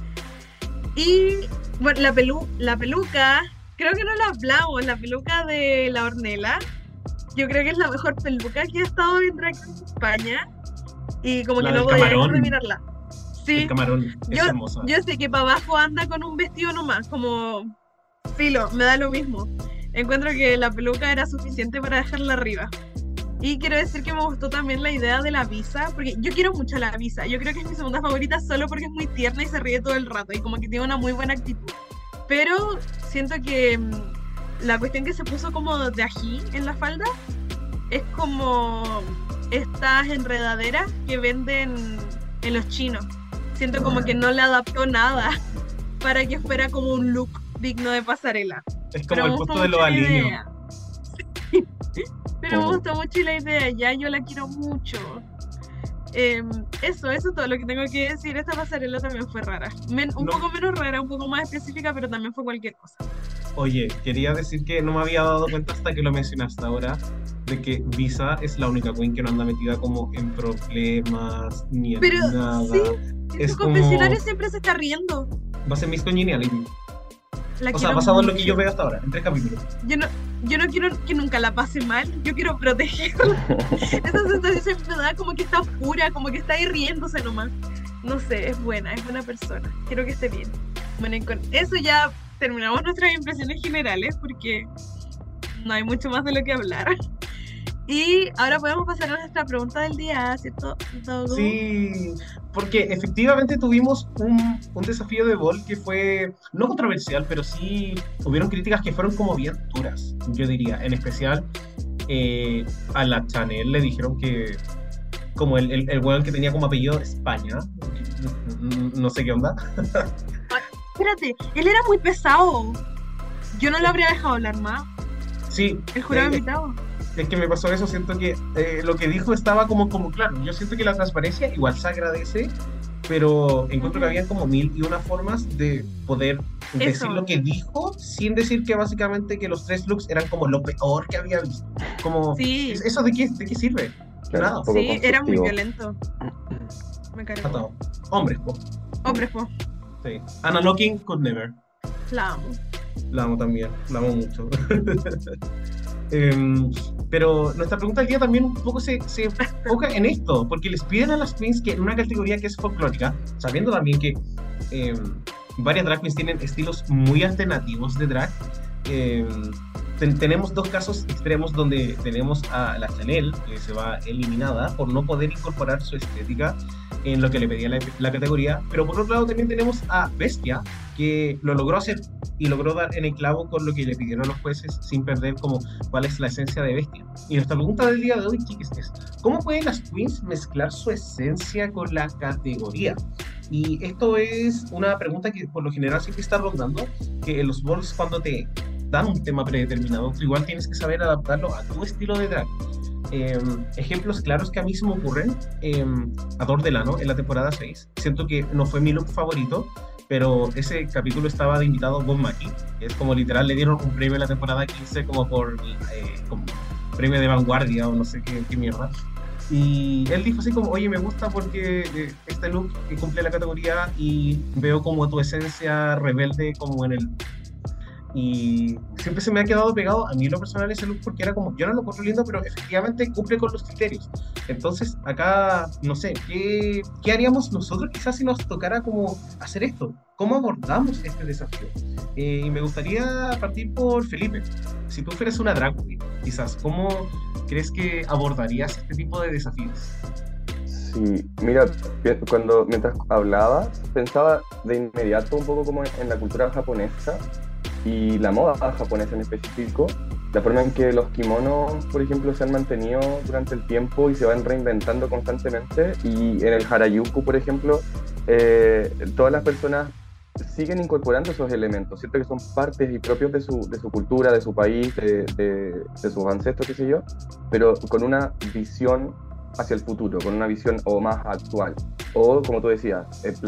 Y bueno, la peluca, creo que no la hablamos, la peluca de la Ornella, yo creo que es la mejor peluca que ha estado en Drag Race España y como La que no del podía dejar camarón. de mirarla. Sí, El camarón es hermosa. yo sé que para abajo anda con un vestido nomás, como filo, me da lo mismo. Encuentro que la peluca era suficiente para dejarla arriba. Y quiero decir que me gustó también la idea de la Visa, porque yo quiero mucho a la Visa. Yo creo que es mi segunda favorita solo porque es muy tierna y se ríe todo el rato y como que tiene una muy buena actitud. Pero siento que la cuestión que se puso como de ají en la falda es como estas enredaderas que venden en los chinos. Siento como que no le adaptó nada para que fuera como un look digno de pasarela. Es como Pero el me gustó puesto de los mucho la alineos. idea. Pero me gustó mucho la idea, ya yo la quiero mucho. Eso es todo lo que tengo que decir. Esta pasarela también fue rara. Un poco menos rara, un poco más específica, pero también fue cualquier cosa. Oye, quería decir que no me había dado cuenta hasta que lo mencionaste ahora, de que Visa es la única queen que no anda metida como en problemas ni en Pero nada. sí, en Es su como- confesionario siempre se está riendo. Va a ser Miss Congeniality. La O sea, quiero basado en lo que mucho. yo veo hasta ahora, en 3 capítulos. Yo no quiero que nunca la pase mal, yo quiero protegerla. Esa sensación me da como que está pura, como que está ahí riéndose nomás. No sé, es buena persona. Quiero que esté bien. Bueno, y con eso ya terminamos nuestras impresiones generales porque no hay mucho más de lo que hablar. Y ahora podemos pasar a nuestra pregunta del día, ¿cierto, Dogo? Sí, porque efectivamente tuvimos un desafío de Ball que fue no controversial, pero sí hubieron críticas que fueron como bien duras, yo diría. En especial a la Chanel le dijeron que, como el weón que tenía como apellido España, no sé qué onda. Espérate, él era muy pesado. Yo no lo habría dejado hablar más. Sí, El jurado invitado. es que me pasó eso, siento que lo que dijo estaba como claro. Yo siento que la transparencia igual se agradece, pero encuentro que había como 1001 formas de poder decir Eso. lo que dijo sin decir que básicamente que los 3 looks eran como lo peor que había visto. Como, Sí. ¿eso de qué sirve? Claro, Nada. un poco Sí, era muy conflictivo. violento. Me cargó. Atado. Hombres, po. Hombre, po. Sí. Anna Locking could never. La amo. La amo también, la amo mucho. Pero nuestra pregunta del día también un poco se enfoca en esto, porque les piden a las queens que en una categoría que es folclórica, sabiendo también que varias drag queens tienen estilos muy alternativos de drag, tenemos dos casos extremos donde tenemos a la Chanel, que se va eliminada por no poder incorporar su estética en lo que le pedía la categoría, pero por otro lado también tenemos a Bestia, que lo logró hacer y logró dar en el clavo con lo que le pidieron los jueces sin perder como cuál es la esencia de Bestia. Y nuestra pregunta del día de hoy, chicas, es ¿cómo pueden las queens mezclar su esencia con la categoría? Y esto es una pregunta que por lo general siempre está rondando, que en los balls cuando te dan un tema predeterminado, tú igual tienes que saber adaptarlo a tu estilo de drag. Ejemplos claros que a mí se me ocurren, Ador Delano en la temporada 6, siento que no fue mi look favorito, pero ese capítulo estaba de invitado Bob Mackie, que es como literal le dieron un premio en la temporada 15 como por como premio de vanguardia o no sé qué mierda. Y él dijo así como, oye, me gusta porque este look cumple la categoría y veo como tu esencia rebelde como en el... Y siempre se me ha quedado pegado a mí en lo personal ese look porque era como, yo no lo encuentro lindo, pero efectivamente cumple con los criterios. Entonces acá, no sé, ¿qué haríamos nosotros quizás si nos tocara como hacer esto? ¿Cómo abordamos este desafío? Y me gustaría partir por Felipe. Si tú fueras una drag queen, quizás, ¿cómo crees que abordarías este tipo de desafíos? Sí, mira, mientras hablaba, pensaba de inmediato un poco como en la cultura japonesa y la moda japonesa en específico, la forma en que los kimonos, por ejemplo, se han mantenido durante el tiempo y se van reinventando constantemente, y en el Harajuku, por ejemplo, todas las personas siguen incorporando esos elementos, siento que son partes y propios de su cultura, de su país, de sus ancestros, qué sé yo, pero con una visión hacia el futuro, con una visión o más actual, o como tú decías,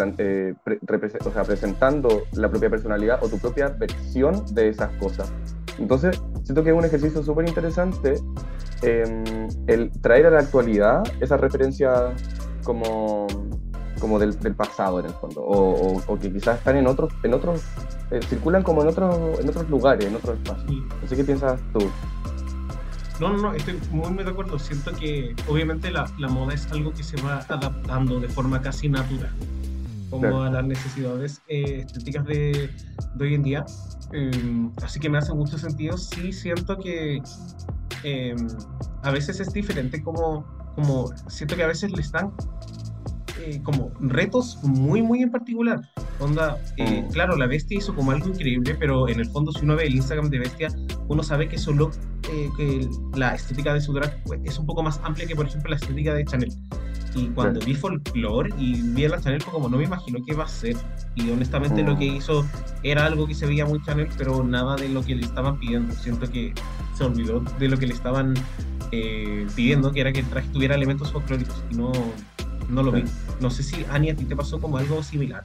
presentando la propia personalidad o tu propia versión de esas cosas. Entonces, siento que es un ejercicio súper interesante el traer a la actualidad esa referencia como del pasado en el fondo, o que quizás están en otros circulan como en otros lugares, en otros espacios. Sí. No sé qué piensas tú. No, estoy muy de acuerdo. Siento que obviamente la moda es algo que se va adaptando de forma casi natural, como Claro. a las necesidades estéticas de hoy en día. Así que me hace mucho sentido. Sí, siento que a veces es diferente, como siento que a veces le están como retos muy en particular. Onda, claro, la Bestia hizo como algo increíble, pero en el fondo si uno ve el Instagram de Bestia, uno sabe que solo que la estética de su drag pues, es un poco más amplia que por ejemplo la estética de Chanel. Y cuando vi Folklore y vi a la Chanel fue como no me imagino qué va a ser. Y honestamente lo que hizo era algo que se veía muy Chanel, pero nada de lo que le estaban pidiendo. Siento que se olvidó de lo que le estaban pidiendo, que era que el traje tuviera elementos folclóricos, y no lo vi. No sé si, Ani, a ti te pasó como algo similar.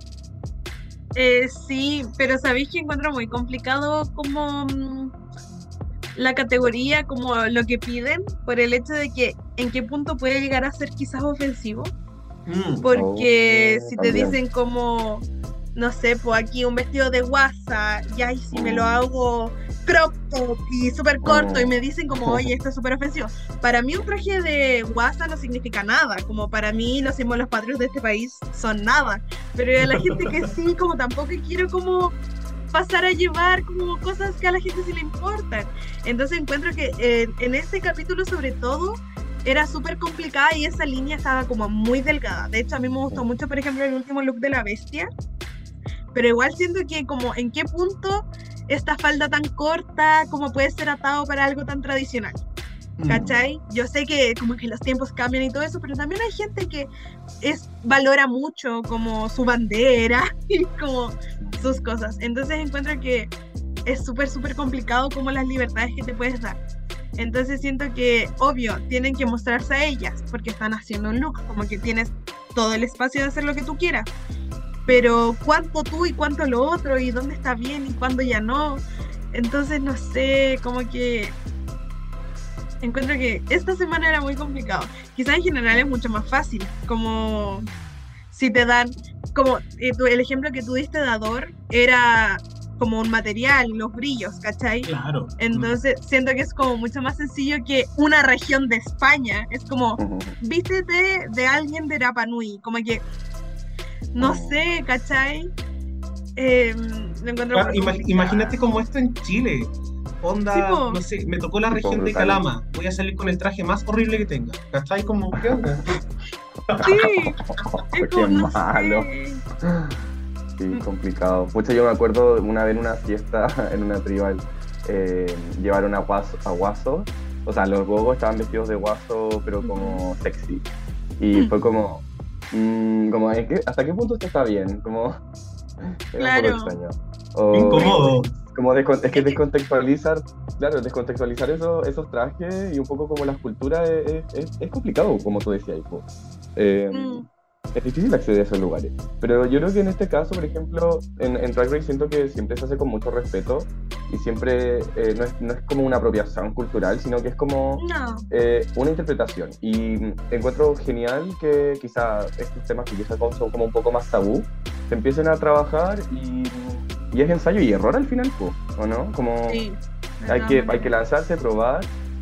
Sí, pero sabéis que encuentro muy complicado como la categoría, como lo que piden, por el hecho de que en qué punto puede llegar a ser quizás ofensivo, porque si te también. dicen como, no sé, pues aquí un vestido de guasa, ya y si me lo hago crop top y súper corto y me dicen como, oye, esto es súper ofensivo. Para mí un traje de guasa no significa nada, como para mí los símbolos patrios de este país son nada, pero a la gente que sí, como tampoco quiero como pasar a llevar como cosas que a la gente sí le importan. Entonces encuentro que en este capítulo sobre todo era súper complicada y esa línea estaba como muy delgada. De hecho a mí me gustó mucho, por ejemplo, el último look de la bestia, pero igual siento que como en qué punto esta falda tan corta como puede ser atado para algo tan tradicional. ¿Cachai? Yo sé que como que los tiempos cambian y todo eso, pero también hay gente que valora mucho como su bandera y como sus cosas. Entonces encuentro que es súper, súper complicado como las libertades que te puedes dar. Entonces siento que, obvio, tienen que mostrarse a ellas porque están haciendo un look, como que tienes todo el espacio de hacer lo que tú quieras. Pero cuánto tú y cuánto lo otro, y dónde está bien y cuándo ya no. Entonces no sé, como que encuentro que esta semana era muy complicado. Quizás en general es mucho más fácil, como si te dan, como el ejemplo que tú diste de Ador era como un material, los brillos, ¿cachai? Claro. Entonces siento que es como mucho más sencillo que una región de España. Es como, vístete de alguien de Rapa Nui, como que, no sé, ¿cachai? Lo encuentro Claro, muy complicado. imagínate como esto en Chile. Onda, Sí, po. no sé, me tocó la Sí, región po, de brutal. Calama. Voy a salir con el traje más horrible que tenga. ¿Cachai? Como, ¿qué onda? Sí, es Qué como, no malo. sé. Sí, complicado. Pucha, yo me acuerdo una vez en una fiesta, en una tribal, llevaron a guaso. O sea, los gogos estaban vestidos de guaso, pero como sexy. Y fue como, como ¿hasta qué punto esto está bien? Como, era Claro. un poco extraño. O- Incómodo. Como es que descontextualizar, claro, descontextualizar esos trajes y un poco como las culturas es complicado, como tú decías, po. Es difícil acceder a esos lugares. Pero yo creo que en este caso, por ejemplo, en Drag Race siento que siempre se hace con mucho respeto y siempre no es como una apropiación cultural, sino que es como No. una interpretación. Y encuentro genial que quizá estos temas que quizás son como un poco más tabú se empiecen a trabajar y es ensayo y error al final, po, ¿o no? Como Sí. hay que lanzarse, probar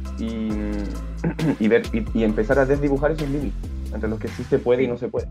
y ver y empezar a desdibujar esos límites entre los que sí se puede y no se puede.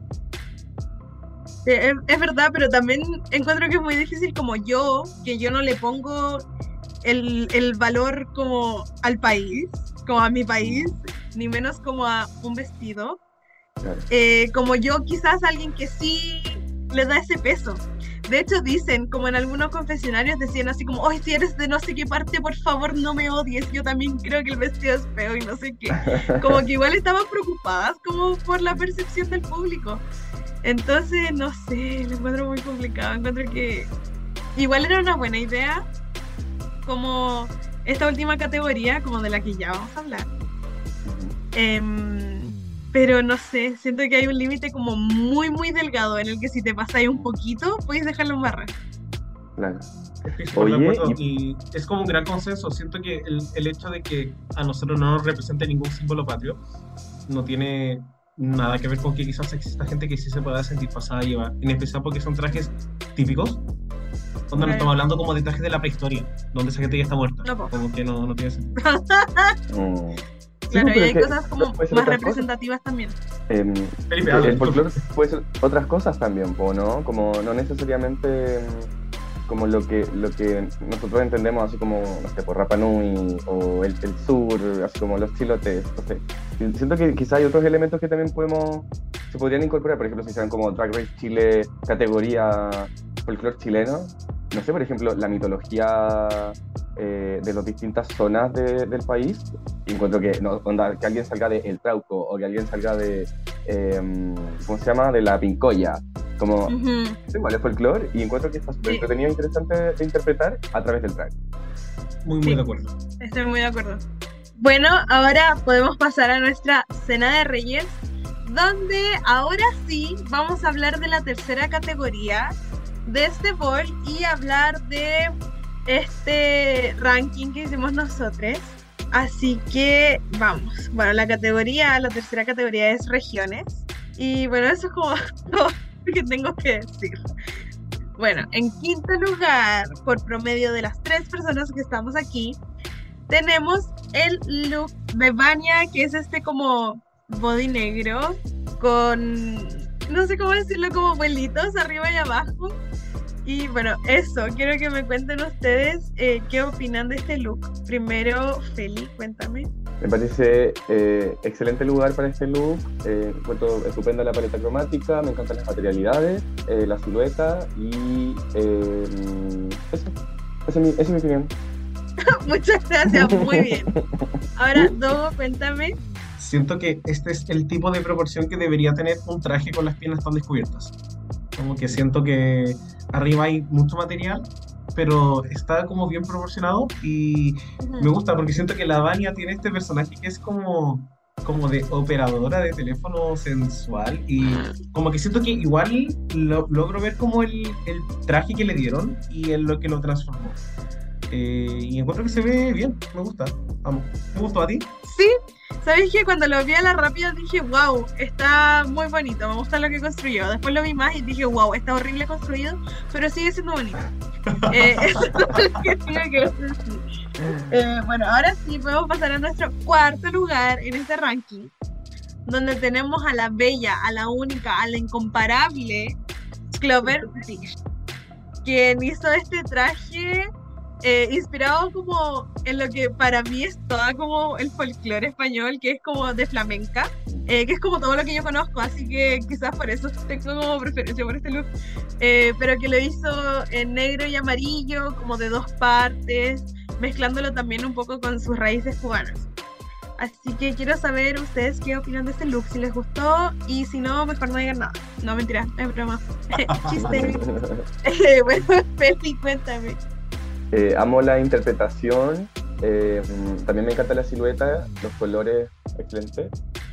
Es verdad, pero también encuentro que es muy difícil como yo, que yo no le pongo el valor como al país, como a mi país, ni menos como a un vestido. Claro. Como yo, quizás alguien que sí le da ese peso. De hecho dicen, como en algunos confesionarios decían así como, oye, si eres de no sé qué parte, por favor no me odies, yo también creo que el vestido es feo y no sé qué. Como que igual estaban preocupadas como por la percepción del público. Entonces, no sé, lo encuentro muy complicado. Encuentro que igual era una buena idea como esta última categoría, como de la que ya vamos a hablar. Pero no sé, siento que hay un límite como muy, muy delgado en el que si te pasáis un poquito, podéis dejarlo embarrar. Claro. Estoy súper de Oye, acuerdo, y es como un gran consenso. Siento que el hecho de que a nosotros no nos represente ningún símbolo patrio no tiene nada que ver con que quizás exista gente que sí se pueda sentir pasada a llevar, en especial porque son trajes típicos. Onda, no estamos hablando como de trajes de la prehistoria, donde esa gente ya está muerta. No, po. Como que no tiene sentido. Sí, Claro, y pero hay es que cosas como puede ser más otras representativas también. Felipe, habla. el folclore puede ser otras cosas también, po, ¿no? Como no necesariamente como lo que nosotros entendemos así como, no sé, por Rapa Nui o el sur, así como los chilotes, no sé. Siento que quizá hay otros elementos que también se podrían incorporar, por ejemplo, si sean como Drag Race Chile, categoría folclore chileno, no sé, por ejemplo, la mitología de las distintas zonas del país. Y encuentro que, que alguien salga de El Trauco o que alguien salga de, ¿cómo se llama? De la Pincoya. Como, igual es folclore y encuentro que está súper entretenido e interesante de interpretar a través del drag. Muy de acuerdo. Estoy muy de acuerdo. Bueno, ahora podemos pasar a nuestra cena de Reyes, donde ahora sí vamos a hablar de la tercera categoría de este ball y hablar de este ranking que hicimos nosotros. Así que vamos. Bueno, la tercera categoría es regiones. Y bueno, eso es como todo lo que tengo que decir. Bueno, en quinto lugar, por promedio de las 3 personas que estamos aquí, tenemos el look de Vania, que es este como body negro con, no sé cómo decirlo, como vuelitos arriba y abajo. Y bueno, eso, quiero que me cuenten ustedes qué opinan de este look. Primero, Feli, cuéntame. Me parece excelente lugar para este look. Encuentro estupenda la paleta cromática, me encantan las materialidades, la silueta y eso. Esa es mi opinión. Muchas gracias, muy bien. Ahora, Dogo, cuéntame. Siento que este es el tipo de proporción que debería tener un traje con las piernas tan descubiertas. Como que siento que arriba hay mucho material, pero está como bien proporcionado y me gusta porque siento que la Vania tiene este personaje que es como de operadora de teléfono sensual y como que siento que igual logro ver como el traje que le dieron y en lo que lo transformó. Y encuentro que se ve bien, me gusta. Vamos. ¿Te gustó a ti? Sí, ¿sabéis que cuando lo vi a la rápida dije, wow, está muy bonito, me gusta lo que construyó? Después lo vi más y dije, wow, está horrible construido, pero sigue siendo bonito. Eso es lo que tengo que decir. Bueno, ahora sí podemos pasar a nuestro cuarto lugar en este ranking, donde tenemos a la bella, a la única, a la incomparable Clover Fish, quien hizo este traje inspirado como en lo que para mí es toda como el folclore español, que es como de flamenca, que es como todo lo que yo conozco, así que quizás por eso tengo como preferencia por este look, pero que lo hizo en negro y amarillo, como de dos partes, mezclándolo también un poco con sus raíces cubanas. Así que quiero saber ustedes qué opinan de este look, si les gustó, y si no, mejor no digan nada. No, mentira, es broma. Chiste. Bueno, Feli, cuéntame. Amo la interpretación, también me encanta la silueta, los colores, excelente.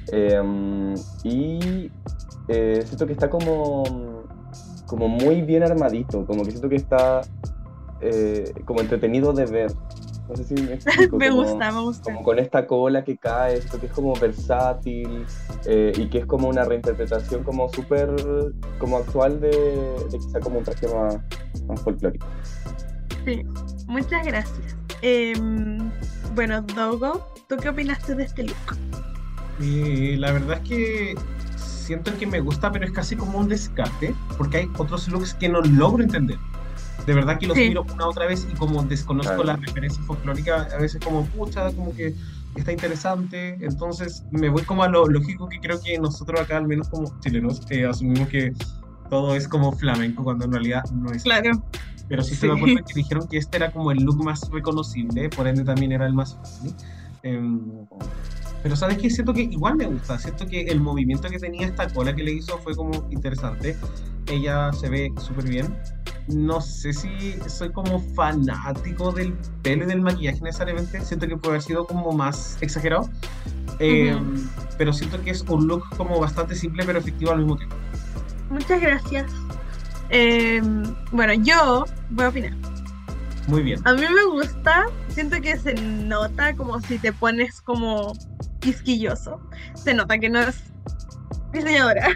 Y siento que está como muy bien armadito, como que siento que está como entretenido de ver. No sé si me explico. Me gusta. Como con esta cola que cae, siento que es como versátil y que es como una reinterpretación como súper como actual de quizá como un traje más folclórico. Sí, muchas gracias. Bueno, Dogo, ¿tú qué opinaste de este look? La verdad es que siento que me gusta, pero es casi como un descarte, porque hay otros looks que no logro entender. De verdad que los miro una otra vez y como desconozco la referencia folclórica, a veces como, pucha, como que está interesante, entonces me voy como a lo lógico que creo que nosotros acá, al menos como chilenos, asumimos que todo es como flamenco, cuando en realidad no es. Claro. Pero sí estoy de acuerdo en que dijeron que este era como el look más reconocible, por ende también era el más fácil. Pero sabes que siento que igual me gusta, siento que el movimiento que tenía esta cola que le hizo fue como interesante. Ella se ve súper bien. No sé si soy como fanático del pelo y del maquillaje necesariamente, siento que puede haber sido como más exagerado. Pero siento que es un look como bastante simple pero efectivo al mismo tiempo. Muchas gracias. Bueno, yo voy a opinar. Muy bien. A mí me gusta, siento que se nota como si te pones como quisquilloso. Se nota que no es diseñadora.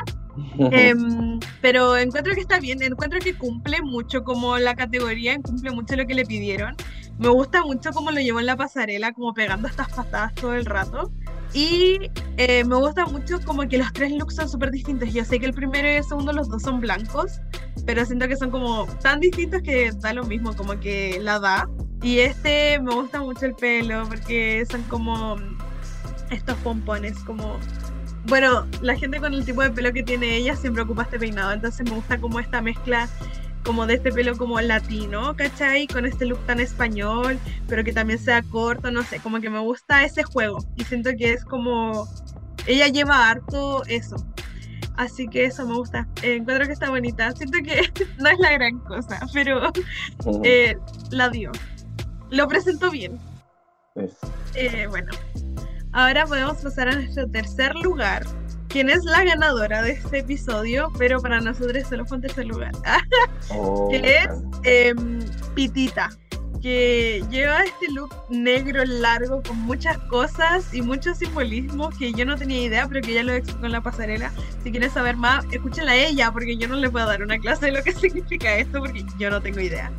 Pero encuentro que está bien, encuentro que cumple mucho como la categoría, cumple mucho lo que le pidieron. Me gusta mucho cómo lo llevó en la pasarela, como pegando estas patadas todo el rato. Y me gusta mucho como que los tres looks son súper distintos. Yo sé que el primero y el segundo, los dos son blancos, pero siento que son como tan distintos que da lo mismo, como que la da. Y este me gusta mucho el pelo, porque son como estos pompones, como... Bueno, la gente con el tipo de pelo que tiene ella siempre ocupa este peinado, entonces me gusta como esta mezcla como de este pelo como latino, ¿cachai? Con este look tan español, pero que también sea corto, no sé, como que me gusta ese juego y siento que es como... Ella lleva harto eso, así que eso me gusta. Encuentro que está bonita, siento que no es la gran cosa, pero la dio. Lo presentó bien. Bueno, ahora podemos pasar a nuestro tercer lugar, quien es la ganadora de este episodio, pero para nosotros solo fue en tercer lugar. Que es Pitita, que lleva este look negro largo con muchas cosas y muchos simbolismos que yo no tenía idea, pero que ella lo explicó en la pasarela. Si quieren saber más, escúchenla a ella, porque yo no le puedo dar una clase de lo que significa esto, porque yo no tengo idea.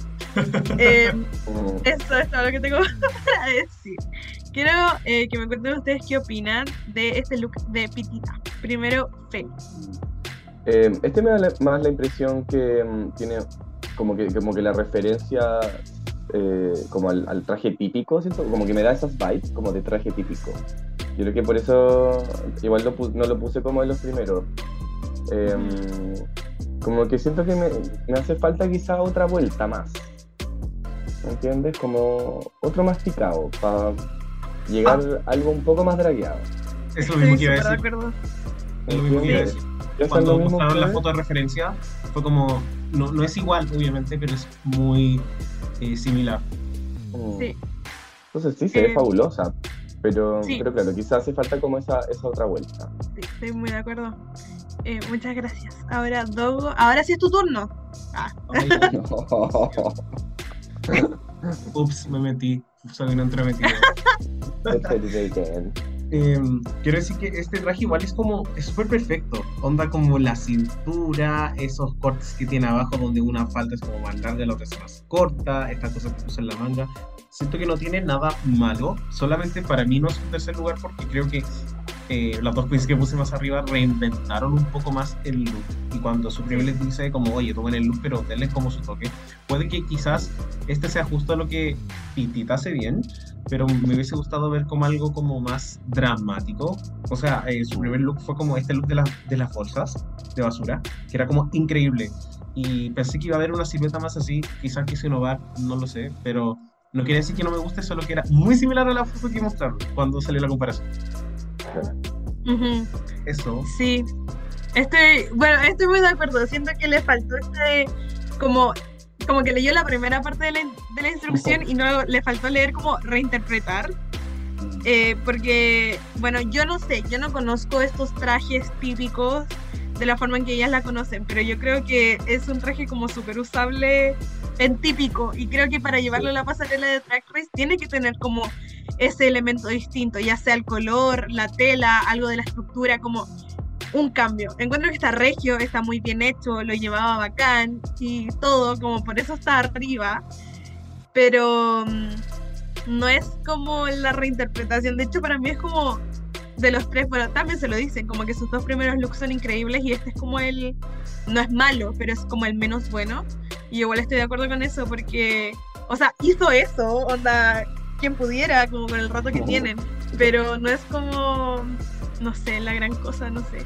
Eso es todo lo que tengo para decir. Quiero que me cuenten ustedes qué opinan de este look de Pitita. Primero, Fe. Este me da más la impresión que tiene como que la referencia como al traje típico, ¿cierto? Como que me da esas vibes como de traje típico. Yo creo que por eso igual no lo puse como en los primeros. Como que siento que me hace falta quizá otra vuelta más. ¿Me entiendes? Como otro masticado para llegar a algo un poco más dragueado. Es lo mismo que iba a súper de decir. acuerdo. Es lo mismo que iba a decir. ¿Piensan Cuando lo mismo mostraron la ustedes? foto de referencia, fue como, no es igual, obviamente, pero es muy similar. Sí. Entonces sí, se ve Eh, fabulosa, pero sí. claro, quizás hace falta como esa otra vuelta. Sí, estoy muy de acuerdo. Muchas gracias. Ahora, Dogo, ahora sí es tu turno. Ay, ups, me metí, soy un entremetido. Let's say it again. Quiero decir que este traje igual es súper perfecto. Onda como la cintura, esos cortes que tiene abajo donde una falda es como más larga, la otra es más corta, esta cosa que puso en la manga. Siento que no tiene nada malo, solamente para mí no es un tercer lugar porque creo que las dos queens que puse más arriba reinventaron un poco más el look. Y cuando Supreme les dice como, oye, tomen el look pero denle como su toque, puede que quizás este sea justo lo que Pitita hace bien, pero me hubiese gustado ver como algo como más dramático. O sea, su primer look fue como este look de las bolsas de basura, que era como increíble. Y pensé que iba a haber una silueta más así, quizás quise innovar, no lo sé, pero no quiere decir que no me guste, solo que era muy similar a la foto que mostraron cuando salió la comparación. Ujú. Eso. Sí. Estoy muy de acuerdo. Siento que le faltó como que leyó la primera parte de la instrucción y no le faltó leer como reinterpretar. Porque, bueno, yo no sé, yo no conozco estos trajes típicos de la forma en que ellas la conocen, pero yo creo que es un traje como súper usable en típico, y creo que para llevarlo a la pasarela de Drag Race tiene que tener como ese elemento distinto, ya sea el color, la tela, algo de la estructura, como un cambio. Encuentro que está regio, está muy bien hecho, lo llevaba bacán y todo, como por eso está arriba, pero no es como la reinterpretación. De hecho, para mí es como de los tres, bueno, también se lo dicen, como que sus dos primeros looks son increíbles y este es como no es malo, pero es como el menos bueno. Y igual estoy de acuerdo con eso porque, o sea, hizo eso, onda, quien pudiera, como con el rato que tienen, pero no es como, no sé, la gran cosa, no sé.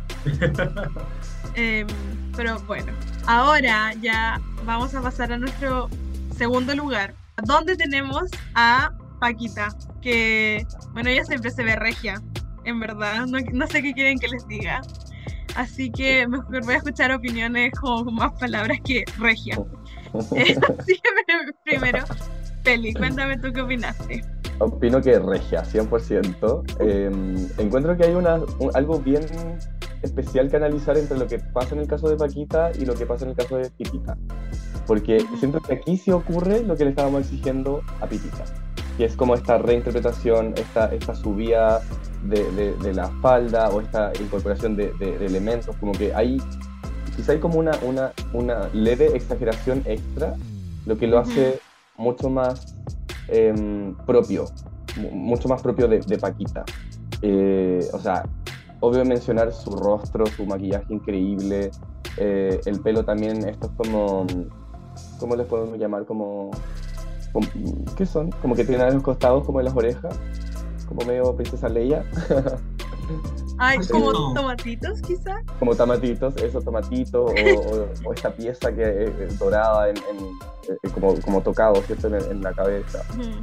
Pero bueno, ahora ya vamos a pasar a nuestro segundo lugar, donde tenemos a Paquita, que, bueno, ella siempre se ve regia, en verdad, no sé qué quieren que les diga. Así que mejor voy a escuchar opiniones como con más palabras que regia. Así que primero, Peli, cuéntame tú qué opinaste. Opino que regia, 100%. Encuentro que hay algo bien especial que analizar entre lo que pasa en el caso de Paquita y lo que pasa en el caso de Pitita. Porque siento que aquí sí ocurre lo que le estábamos exigiendo a Pitita, que es como esta reinterpretación, esta subida de la falda o esta incorporación de elementos, como que quizá hay como una leve exageración extra, lo que lo hace mucho más propio, mucho más propio de Paquita. O sea, obvio mencionar su rostro, su maquillaje increíble, el pelo también, esto es como, ¿cómo les podemos llamar? ¿Qué son? Como que tienen a los costados como en las orejas, como medio princesa Leia. Ay, como No. tomatitos quizá. Como tomatitos, o esta pieza que es dorada como tocado, ¿cierto? En la cabeza.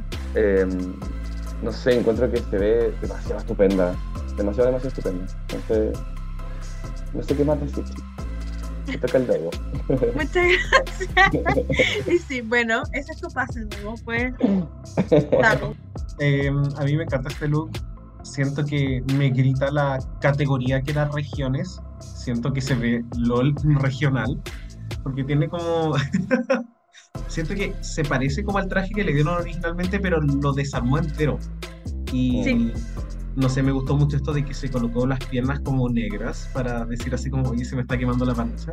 No sé, encuentro que se ve demasiado estupenda. Demasiado estupenda. No sé qué más decir. Me toca el dedo. Muchas gracias. Y sí, bueno, ese es tu pase, ¿no? Pues, dale. A mí me encanta este look. Siento que me grita la categoría que era regiones. Siento que se ve LOL regional. Porque tiene como... Siento que se parece como al traje que le dieron originalmente, pero lo desarmó entero. Y Sí. no sé, me gustó mucho esto de que se colocó las piernas como negras para decir así como, oye, se me está quemando la panza.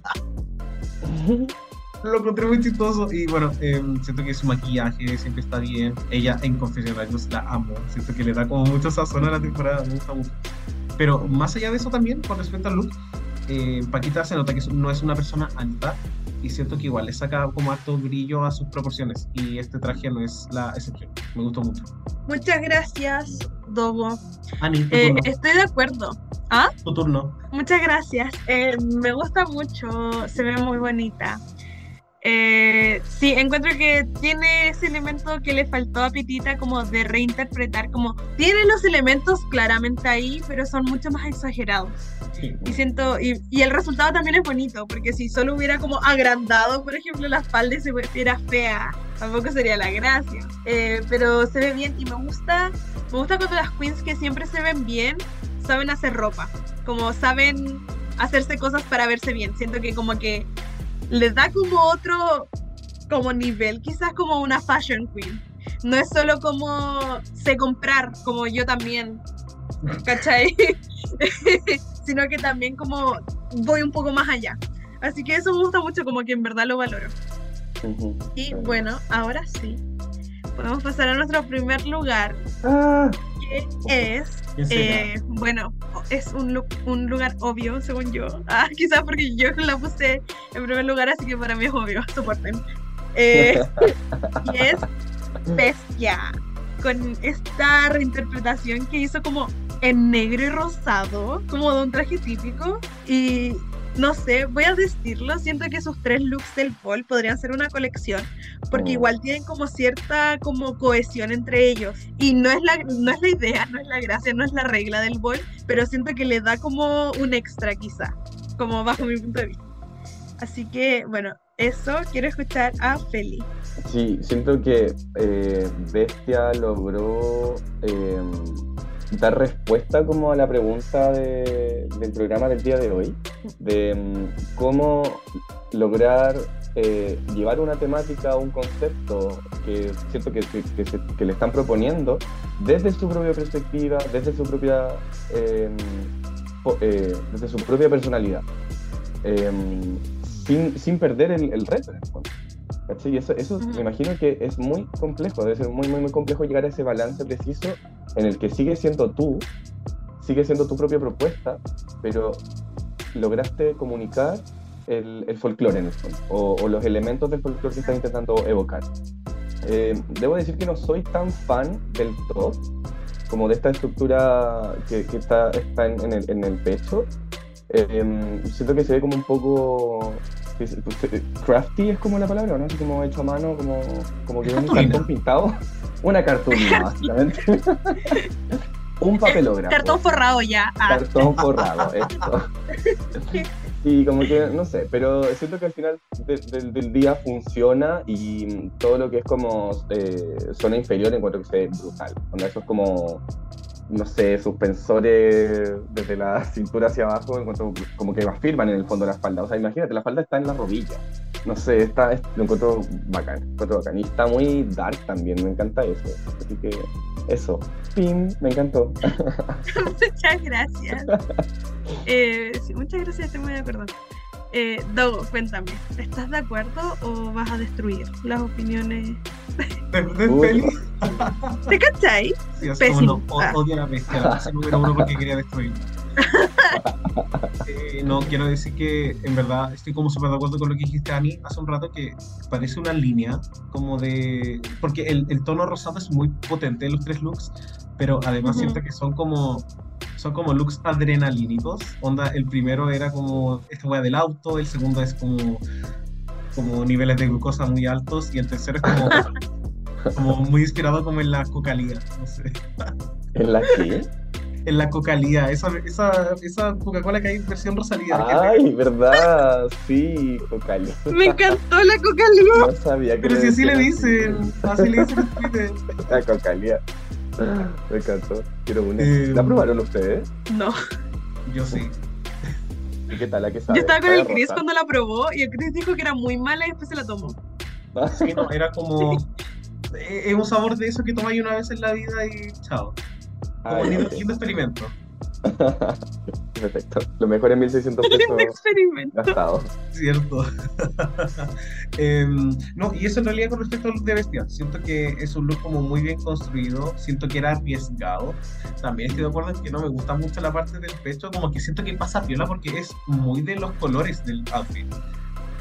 Lo encontré muy chistoso y bueno, siento que su maquillaje siempre está bien. Ella en confesionarios la amo, siento que le da como mucho sazón a la temporada, me gusta mucho. Pero más allá de eso también, con respecto al look, Paquita se nota que no es una persona alta y siento que igual le saca como harto brillo a sus proporciones, y este traje no es la excepción. Me gustó mucho. Muchas gracias, Dogo. Ani, tu turno. Estoy de acuerdo. ¿Ah? Tu turno. Muchas gracias. Me gusta mucho, se ve muy bonita. Sí, encuentro que tiene ese elemento que le faltó a Pitita como de reinterpretar, como tiene los elementos claramente ahí, pero son mucho más exagerados. Sí. Y siento, y el resultado también es bonito, porque si solo hubiera como agrandado, por ejemplo, la espalda y se viera fea, tampoco sería la gracia. Pero se ve bien y me gusta cuando las queens que siempre se ven bien, saben hacer ropa, como saben hacerse cosas para verse bien. Siento que como que les da como otro como nivel, quizás como una fashion queen. No es solo como sé comprar, como yo también, ¿cachai? Sino que también como voy un poco más allá. Así que eso me gusta mucho, como que en verdad lo valoro. Y bueno, ahora sí, podemos pasar a nuestro primer lugar, que es, bueno, es un lugar obvio, según yo. Quizás porque yo la puse en primer lugar, así que para mí es obvio, soporten. Y es Bestia, con esta reinterpretación que hizo como en negro y rosado, como de un traje típico. Y no sé, voy a decirlo, siento que sus 3 looks del fall podrían ser una colección, porque igual tienen como cierta como cohesión entre ellos, y no es la idea, no es la gracia, no es la regla del ball, pero siento que le da como un extra quizá, como bajo mi punto de vista. Así que bueno, eso, quiero escuchar a Feli. Sí, siento que Bestia logró dar respuesta como a la pregunta del programa del día de hoy, de cómo lograr llevar una temática, un concepto que siento que le están proponiendo desde su propia perspectiva, desde su propia personalidad, sin perder el reto en el fondo. ¿Cachai? Y eso me imagino que es muy complejo, debe ser muy, muy, muy complejo llegar a ese balance preciso en el que sigue siendo tu propia propuesta, pero lograste comunicar el folclore en el fondo, o los elementos del folclore que estás intentando evocar. Debo decir que no soy tan fan del top, como de esta estructura que está en el pecho. Siento que se ve como un poco crafty, es como la palabra, ¿no? Así como hecho a mano, como que es un cartón pintado. Una cartulina, básicamente. Un papelógrafo. Cartón forrado ya. Cartón forrado, esto. Y como que, no sé, pero siento que al final del día funciona, y todo lo que es como zona inferior encuentro que se ve brutal. Eso es como, no sé, suspensores desde la cintura hacia abajo, encuentro como que afirman en el fondo la espalda. O sea, imagínate, la espalda está en la rodilla. No sé, lo encuentro bacán. Y está muy dark también, me encanta eso. Así que, eso. ¡Pim! Me encantó. Muchas gracias. Sí, muchas gracias, estoy muy de acuerdo. Dogo, cuéntame, ¿estás de acuerdo o vas a destruir las opiniones ¿De Feli? ¿Te cachai? Sí, así Pésimo. como odio a la bestia, la base número 1 porque quería destruir. No, quiero decir que en verdad estoy como súper de acuerdo con lo que dijiste, Ani, hace un rato, que parece una línea como de... Porque el tono rosado es muy potente en los 3 looks, pero además siento que son como looks adrenalínicos. Onda, el primero era como esta wea del auto, el segundo es como niveles de glucosa muy altos, y el tercero es como muy inspirado como en la Cocalía, no sé. ¿En la qué? En la Cocalía, esa Coca-Cola que hay en versión Rosalía. Ay, verdad, sí, Cocalía. Me encantó la Coca-Cola. No sabía que Pero si así le dicen, así le dicen en Twitter. La Cocalía. Me encantó. Quiero una. ¿La probaron ustedes? No. Yo sí. ¿Y qué tal? ¿La que sabe? Yo estaba con ¿Sabe el Chris rosa? cuando la probó, y el Chris dijo que era muy mala y después se la tomó. Sí, no, era como... Es un sabor de eso que tomáis una vez en la vida y chao. Como Ay, lindo, ok. lindo experimento. Perfecto. Lo mejor es 1.600 Un pesos experimento. gastados. Cierto. No, y eso en realidad con respecto al look de Bestia. Siento que es un look como muy bien construido. Siento que era arriesgado. También estoy de acuerdo en que no me gusta mucho la parte del pecho. Como que siento que pasa piola porque es muy de los colores del outfit.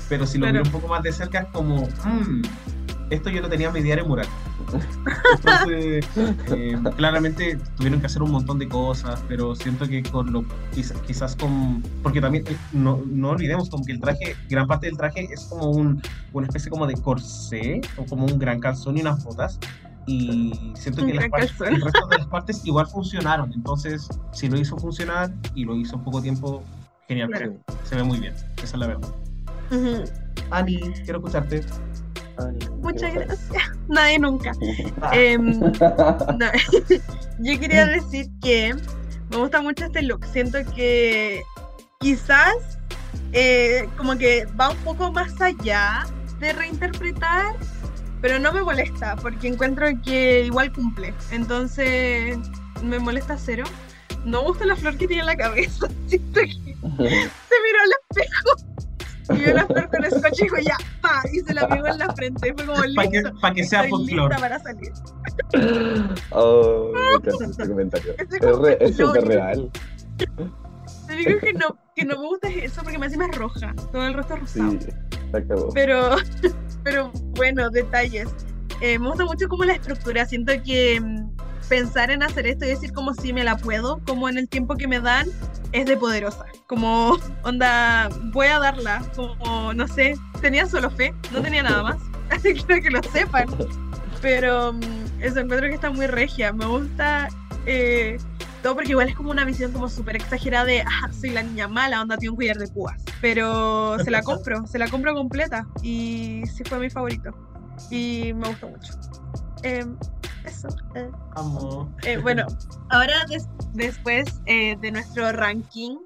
pero si lo Claro. miro un poco más de cerca es como, esto yo lo tenía en mi diario mural. Entonces, claramente tuvieron que hacer un montón de cosas, pero siento que con lo quizás con, porque también no olvidemos como que el traje, gran parte del traje es como una especie como de corsé o como un gran calzón y unas botas. Y siento Un que gran calzón. el resto de las partes igual funcionaron. Entonces, si lo hizo funcionar y lo hizo en poco tiempo, genial. Claro. Se ve muy bien, esa es la verdad. Ujú. Ani, quiero escucharte. Muchas gracias. Nadie nunca. Ah. No, yo quería decir que me gusta mucho este look. Siento que quizás como que va un poco más allá de reinterpretar, pero no me molesta porque encuentro que igual cumple. Entonces me molesta cero. No me gusta la flor que tiene en la cabeza. Siento que se miró al espejo y vio la flor con scotch y dijo ya, pa, y se la pegó en la frente. Fue como listo. Para que sea Estoy folclore. lista para salir. Oh, me encanta ese comentario. Ese Es súper comentario. real. Lo único que no me gusta es eso porque me hace más roja. Todo el resto es rosado. Sí, se acabó. Pero bueno, detalles. Me gusta mucho como la estructura. Siento que pensar en hacer esto y decir como si me la puedo, como en el tiempo que me dan, es de poderosa. Como, onda, voy a darla. Como, no sé, tenía solo fe, no tenía nada más. Quiero que lo sepan. Pero eso, encuentro que está muy regia. Me gusta todo porque igual es como una visión como súper exagerada de, soy la niña mala, onda, tiene un collar de púas. Pero se la compro completa. Y sí fue mi favorito. Y me gustó mucho. Eso. Amo. Bueno, ahora después de nuestro ranking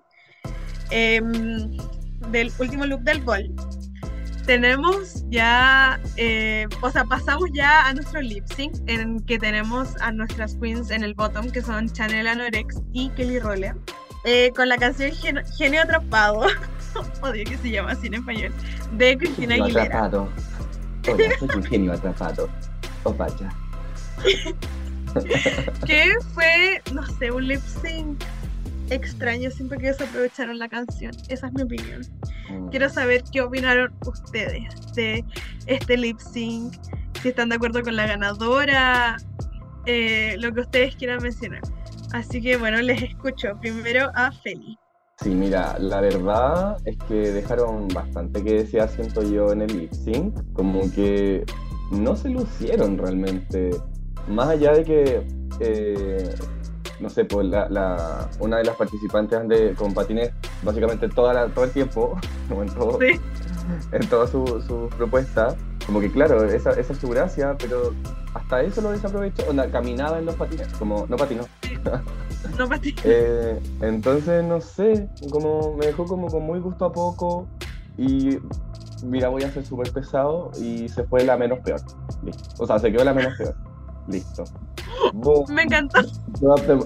del último look del ball, tenemos ya, o sea, pasamos ya a nuestro lip sync, en que tenemos a nuestras queens en el bottom, que son Chanel Anorex y Kelly Roller, con la canción Genio Atrapado, odio que se llama así en español, de Cristina Genio Aguilera. atrapado. Hola, soy un genio atrapado. Oh, vaya. Que fue, no sé, un lip sync extraño, siento que desaprovecharon la canción, esa es mi opinión. Quiero saber qué opinaron ustedes de este lip sync, si están de acuerdo con la ganadora, lo que ustedes quieran mencionar. Así que bueno, les escucho. Primero a Feli. Sí, mira, la verdad es que dejaron bastante que desear, siento yo, en el lip sync. Como que no se lucieron realmente. Más allá de que, no sé, pues una de las participantes ande con patines básicamente todo el tiempo, como Sí. en toda su propuesta. Como que claro, esa es su gracia, pero hasta eso lo desaprovechó. Onda, caminaba en los patines, como no patinó. No, Pati. Entonces, no sé, como me dejó como con muy gusto a poco y mira, voy a ser súper pesado y se fue la menos peor. Listo. O sea, se quedó la menos peor. Listo. Boom. Me encantó. Drop them.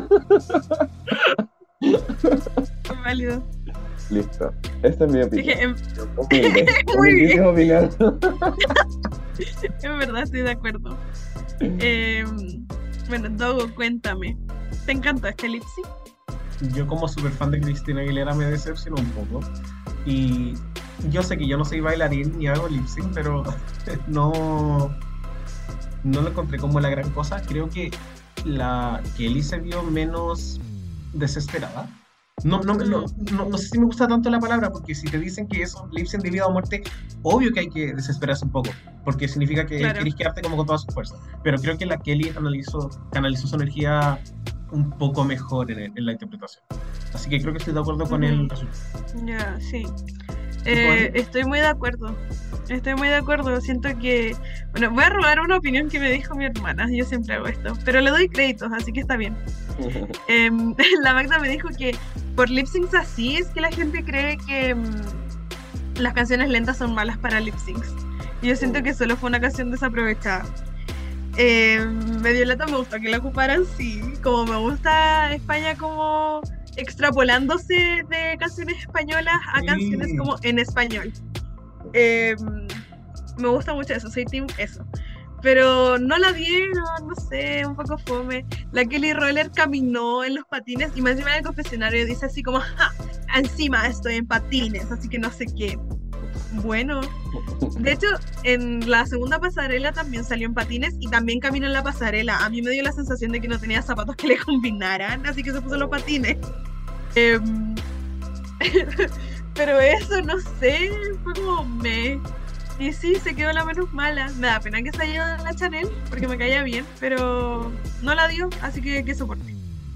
Válido. Listo. Esta es mi opinión. Dije, Humilde. Muy Humilde bien. opinión. en verdad estoy de acuerdo. Bueno, Dogo, cuéntame. ¿Te encantó este lip sync? Yo como super fan de Cristina Aguilera me decepcionó un poco. Y yo sé que yo no soy bailarín ni hago lip sync, pero no lo encontré como la gran cosa. Creo que la Kelly se vio menos desesperada. No sé si me gusta tanto la palabra, porque si te dicen que es un lip sync de vida o muerte, obvio que hay que desesperarse un poco, porque significa que Claro. quieres quedarte como con toda su fuerza. Pero creo que la Kelly canalizó su energía un poco mejor en la interpretación. Así que creo que estoy de acuerdo con el resultado. Ya, sí. Igual. Estoy muy de acuerdo. Siento que... Bueno, voy a robar una opinión que me dijo mi hermana. Yo siempre hago esto. Pero le doy créditos, así que está bien. La Magda me dijo que por lip syncs así es que la gente cree que las canciones lentas son malas para lip syncs. Y yo siento que solo fue una canción desaprovechada. Medio Lata me gusta que la ocuparan, sí. Como me gusta España como extrapolándose de canciones españolas a Sí. canciones como en español. Me gusta mucho eso, soy team eso. Pero no la dieron, no sé, un poco fome. La Kelly Roller caminó en los patines y más encima en el confesionario dice así como, ¡ja! Encima estoy en patines, así que no sé qué. bueno. De hecho, en la segunda pasarela también salió en patines y también caminó en la pasarela. A mí me dio la sensación de que no tenía zapatos que le combinaran, así que se puso los patines. Pero eso, no sé, fue como me. Y sí, se quedó la menos mala. Me da pena que se haya ido la Chanel, porque me caía bien, pero no la dio, así que soporte.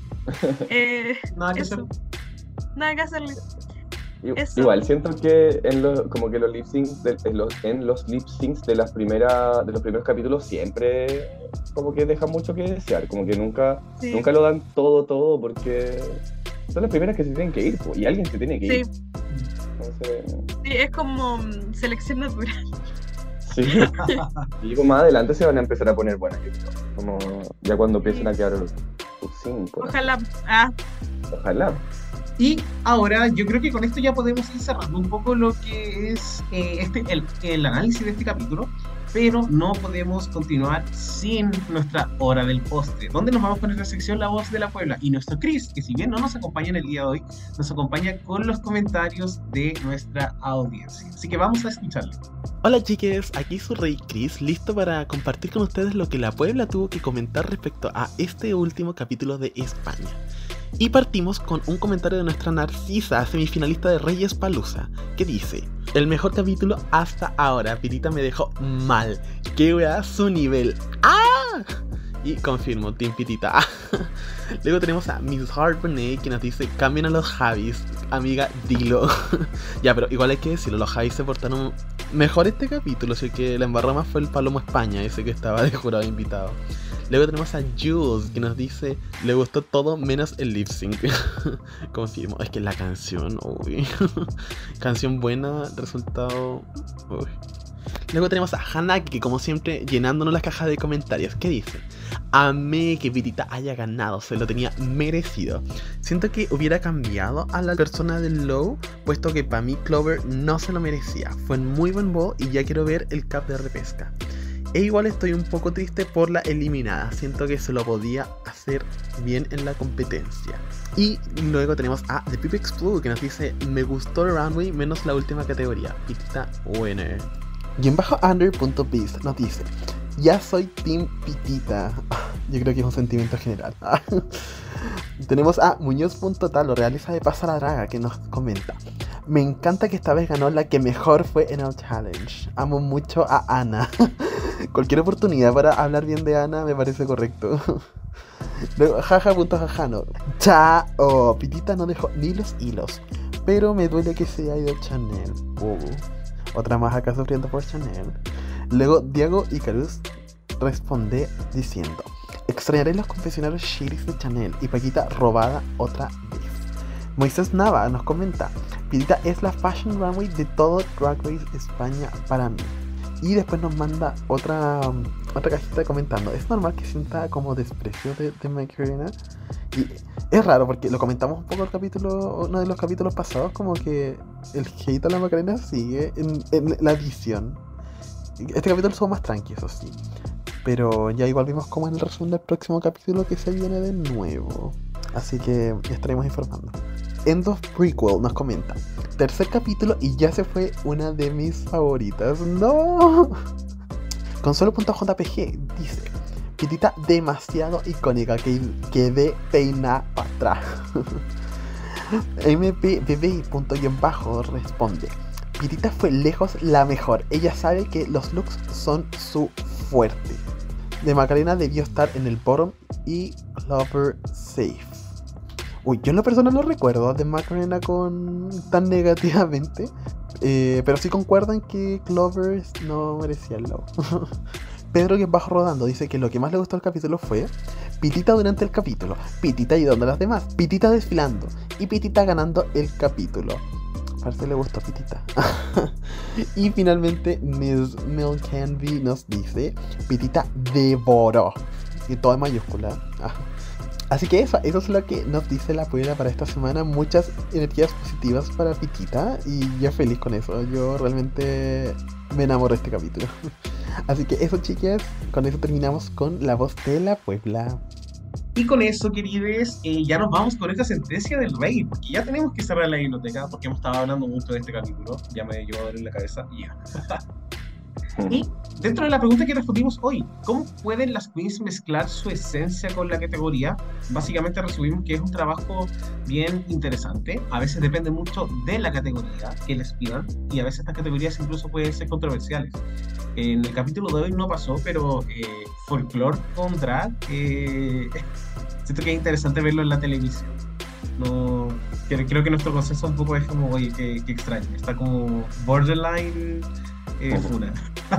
Nada que Eso. hacer. Nada que hacerle. Eso. Igual, siento que como que los lip syncs en los lip syncs de los primeros capítulos siempre como que dejan mucho que desear, como que nunca lo dan todo porque son las primeras que se tienen que ir, po, y alguien se tiene que ir. Entonces, Sí, es como selección natural. sí. Y como más adelante se van a empezar a poner buenas, yo creo. Como ya cuando empiecen a quedar sus 5. Ojalá. Ojalá. Y ahora yo creo que con esto ya podemos ir cerrando un poco lo que es el análisis de este capítulo, pero no podemos continuar sin nuestra hora del postre, donde nos vamos con nuestra sección La Voz de la Puebla. Y nuestro Chris, que si bien no nos acompaña en el día de hoy, nos acompaña con los comentarios de nuestra audiencia. Así que vamos a escucharle. Hola chiques, aquí su rey Chris, listo para compartir con ustedes lo que la Puebla tuvo que comentar respecto a este último capítulo de España. Y partimos con un comentario de nuestra Narcisa, semifinalista de Reyes Palusa, que dice: el mejor capítulo hasta ahora, Pitita me dejó mal, que wea su nivel. ¡Ah! Y confirmo, Team Pitita. Luego tenemos a Miss Harpney, que nos dice: cambien a los Javis, amiga, dilo. Ya, pero igual hay que decirlo, los Javis se portaron mejor este capítulo, así que la embarrada más fue el Palomo España, ese que estaba de jurado invitado. Luego tenemos a Jules, que nos dice: le gustó todo menos el lip sync. Confirmo, es que la canción, uy. Canción buena, resultado, uy. Luego tenemos a Hannah, que como siempre llenándonos las cajas de comentarios, que dice: amé que Pitita haya ganado, se lo tenía merecido. Siento que hubiera cambiado a la persona del Low, puesto que para mí Clover no se lo merecía. Fue un muy buen bow y ya quiero ver el cap de repesca. E igual estoy un poco triste por la eliminada, siento que se lo podía hacer bien en la competencia. Y luego tenemos a The Pipex Blue, que nos dice: me gustó el runway menos la última categoría, Pitita winner. _under.biz nos dice: ya soy Team Pitita. Yo creo que es un sentimiento general. Tenemos a Muñoz.talo, realiza de Pasa la Draga, que nos comenta: me encanta que esta vez ganó la que mejor fue en el challenge. Amo mucho a Ana. Cualquier oportunidad para hablar bien de Ana me parece correcto. Luego, jaja.jajano: chao, Pitita no dejó ni los hilos, pero me duele que se haya ido Chanel. Otra más acá sufriendo por Chanel. Luego Diego Icarus responde diciendo: extrañaré los confesionarios shiris de Chanel y Paquita robada otra vez. Moisés Nava nos comenta: Pitita es la fashion runway de todo Drag Race España para mí. Y después nos manda otra cajita comentando: es normal que sienta como desprecio de Macarena. Y es raro porque lo comentamos un poco uno de los capítulos pasados, como que el hate a la Macarena sigue en la edición. Este capítulo estuvo más tranqui, eso sí, pero ya igual vimos como en el resumen del próximo capítulo que se viene de nuevo, así que ya estaremos informando. End of Prequel nos comenta: tercer capítulo y ya se fue una de mis favoritas. ¡No! Consuelo.jpg dice: Pitita demasiado icónica, que quedé peinada atrás. mpbb.bajo responde: Pitita fue lejos la mejor, ella sabe que los looks son su fuerte. De Macarena debió estar en el bottom y Clover safe. Uy, yo en lo personal no recuerdo a The Macarena tan negativamente, pero sí concuerdan que Clover no merecía el low. Pedro que bajo rodando dice que lo que más le gustó del capítulo fue Pitita durante el capítulo, Pitita ayudando a las demás, Pitita desfilando y Pitita ganando el capítulo. Parece que le gustó a Pitita. Y finalmente Miss Milk Envy nos dice: Pitita devoró, y todo en mayúscula. Así que eso es lo que nos dice la Puebla para esta semana. Muchas energías positivas para Pitita y yo feliz con eso. Yo realmente me enamoré de este capítulo. Así que eso, chicas, con eso terminamos con La Voz de la Puebla. Y con eso, queridos, ya nos vamos con esta sentencia del rey, porque ya tenemos que cerrar la biblioteca, porque hemos estado hablando mucho de este capítulo, ya me llevo a ver en la cabeza, y ya. Y dentro de la pregunta que respondimos hoy, ¿cómo pueden las queens mezclar su esencia con la categoría? Básicamente resumimos que es un trabajo bien interesante, a veces depende mucho de la categoría que les pidan, y a veces estas categorías incluso pueden ser controversiales. En el capítulo de hoy no pasó, pero folclore con drag, siento que es interesante verlo en la televisión. No, creo que nuestro consenso un poco es como, oye, qué extraño, está como borderline funa.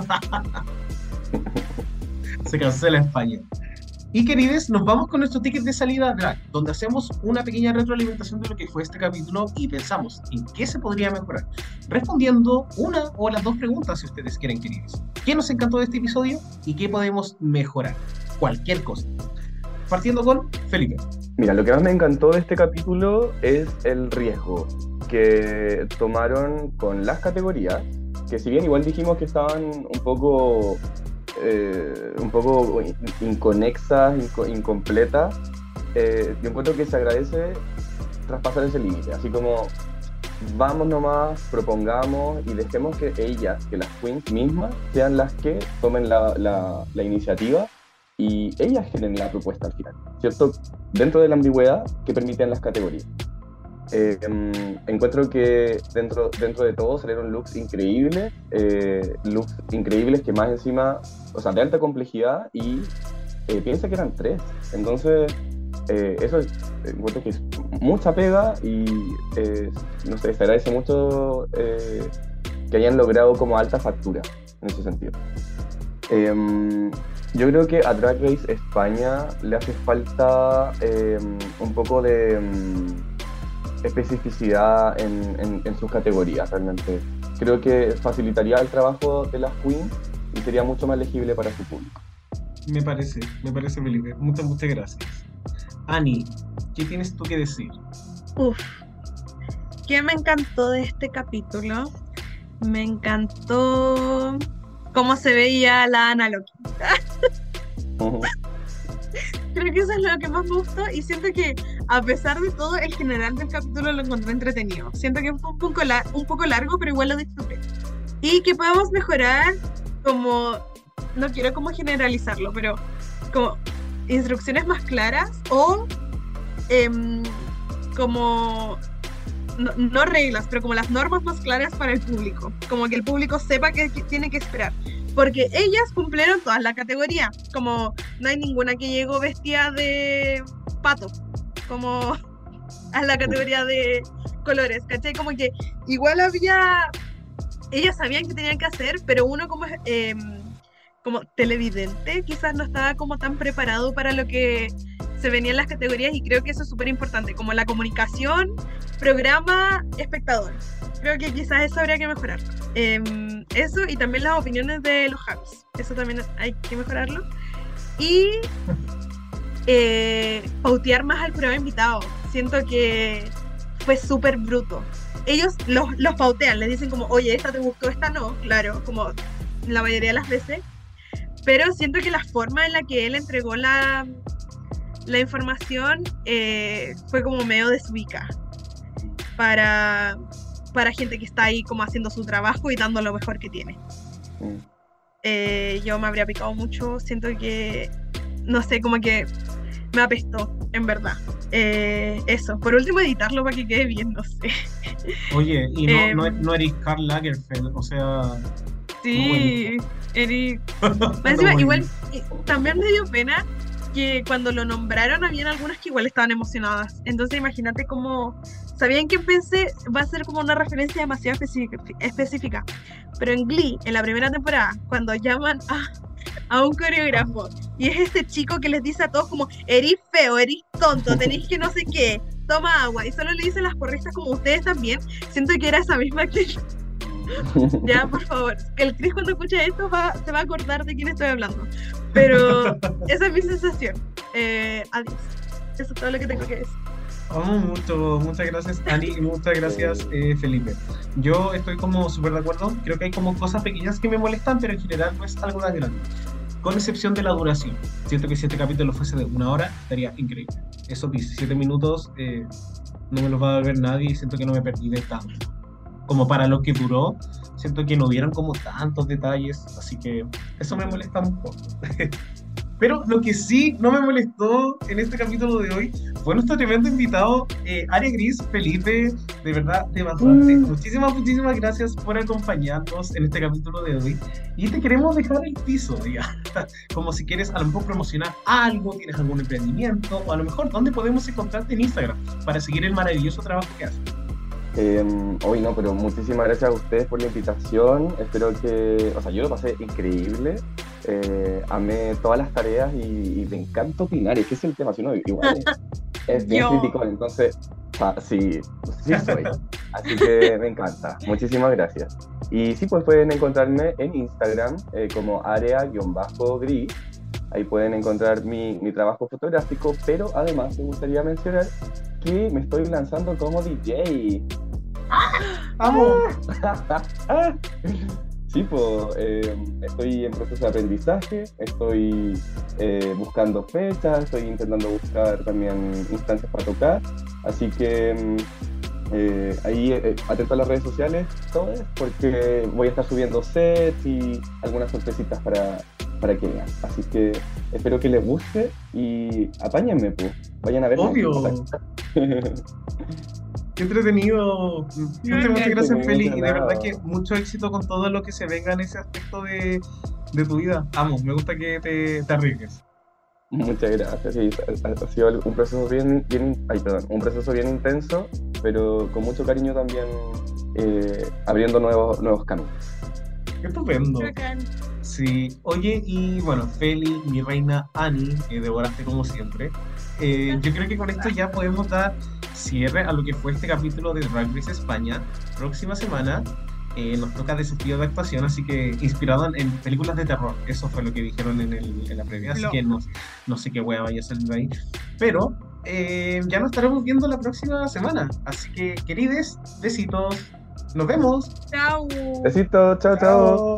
Se cancela España. Y queridos, nos vamos con nuestro ticket de salida a drag, donde hacemos una pequeña retroalimentación de lo que fue este capítulo y pensamos en qué se podría mejorar, respondiendo una o las dos preguntas si ustedes quieren, queridos. ¿Qué nos encantó de este episodio y qué podemos mejorar? Cualquier cosa. Partiendo con Felipe. Mira, lo que más me encantó de este capítulo es el riesgo que tomaron con las categorías, que si bien igual dijimos que estaban un poco inconexas, incompletas, yo encuentro que se agradece traspasar ese límite, así como vamos nomás, propongamos y dejemos que ellas, que las queens mismas, sean las que tomen la iniciativa y ellas generen la propuesta al final, ¿cierto? Dentro de la ambigüedad que permiten las categorías. Encuentro que dentro de todo salieron looks increíbles que más encima, o sea, de alta complejidad, y piensa que eran 3, entonces eso encuentro que es mucha pega y no sé, se agradece mucho que hayan logrado como alta factura en ese sentido. Yo creo que a Drag Race España le hace falta un poco de especificidad en sus categorías, realmente. Creo que facilitaría el trabajo de las queens y sería mucho más legible para su público. Me parece, Felipe. Muchas gracias. Ani, ¿qué tienes tú que decir? ¿Qué me encantó de este capítulo? Me encantó cómo se veía la Ana Loki. Creo que eso es lo que más me gustó y siento que a pesar de todo el general del capítulo lo encontré entretenido. Siento que fue un poco largo, pero igual lo disfruté. Y que podemos mejorar como, no quiero como generalizarlo, pero como instrucciones más claras o como no reglas, pero como las normas más claras para el público, como que el público sepa que tiene que esperar, porque ellas cumplieron todas la categoría, como no hay ninguna que llegó vestida de pato, como a la categoría de colores, ¿cachai? Como que igual ellas sabían que tenían que hacer, pero uno como televidente quizás no estaba como tan preparado para lo que se venía en las categorías, y creo que eso es súper importante, como la comunicación, programa, espectador. Creo que quizás eso habría que mejorar. Eso, y también las opiniones de los Javis. Eso también hay que mejorarlo. Y pautear más al programa invitado. Siento que fue súper bruto. Ellos los pautean, les dicen como, oye, esta te gustó, esta no, claro, como la mayoría de las veces. Pero siento que la forma en la que él entregó la información fue como medio desubicada para gente que está ahí como haciendo su trabajo y dando lo mejor que tiene. Yo me habría picado mucho, siento que, no sé, como que me apestó, en verdad. Eso, por último editarlo para que quede bien, no sé. Oye, y no eres Karl Lagerfeld, o sea... Sí, Eric. Encima, igual, también me dio pena que cuando lo nombraron habían algunas que igual estaban emocionadas. Entonces imagínate cómo... Sabían que pensé va a ser como una referencia demasiado específica. Pero en Glee, en la primera temporada, cuando llaman a un coreógrafo y es este chico que les dice a todos como, eres feo, eres tonto, tenéis que no sé qué, toma agua, y solo le dicen las porristas como ustedes también, siento que era esa misma actriz. Ya, por favor, que el Chris cuando escuche esto se va a acordar de quién estoy hablando. Pero esa es mi sensación. Adiós. Eso es todo lo que tengo que decir. Muchas gracias, Ani, y muchas gracias, Felipe. Yo estoy como súper de acuerdo. Creo que hay como cosas pequeñas que me molestan, pero en general no es algo tan grande. con excepción de la duración. Siento que si este capítulo fuese de 1 hora, estaría increíble. Esos 17 minutos no me los va a ver nadie y siento que no me perdí de tanto. Como para lo que duró, siento que no hubieron como tantos detalles, así que eso me molesta un poco. Pero lo que sí no me molestó en este capítulo de hoy fue nuestro tremendo invitado, Aria Gris, Felipe, de verdad, de bastante. Muchísimas gracias por acompañarnos en este capítulo de hoy. Y te queremos dejar el piso, ya. Como si quieres a lo mejor promocionar algo, tienes algún emprendimiento, o a lo mejor dónde podemos encontrarte en Instagram para seguir el maravilloso trabajo que haces. Hoy no, pero muchísimas gracias a ustedes por la invitación. Espero que, o sea, yo lo pasé increíble. Amé todas las tareas y me encanta opinar. Es que es el tema, si uno igual es bien crítico, entonces, sí soy. Así que me encanta. Muchísimas gracias. Y sí, pues pueden encontrarme en Instagram como area-gris. Ahí pueden encontrar mi trabajo fotográfico, pero además me gustaría mencionar que me estoy lanzando como DJ. ¡Vamos! Sí, pues estoy en proceso de aprendizaje, estoy buscando fechas, estoy intentando buscar también instancias para tocar, así que ahí atento a las redes sociales, todas, porque voy a estar subiendo sets y algunas sorpresitas para que vean. Así que espero que les guste y apáñenme, pues. Vayan a verlo. Obvio. Qué entretenido. Muchas gracias, Feli. Y de verdad que mucho éxito con todo lo que se venga en ese aspecto de tu vida. Amo, me gusta que te arriesgues. Muchas gracias. Sí, ha sido un proceso un proceso bien intenso, pero con mucho cariño también, abriendo nuevos caminos. Qué estupendo. Sí, oye, y bueno, Feli, mi reina Ani, devoraste como siempre. Yo creo que con esto ya podemos dar cierre a lo que fue este capítulo de Drag Race España. Próxima semana nos toca desafío de actuación, así que inspirado en películas de terror. Eso fue lo que dijeron en la previa, así que no sé qué wea vaya a salir de ahí. Pero ya nos estaremos viendo la próxima semana. Así que, querides, besitos. Nos vemos. Chao. Besitos, chao.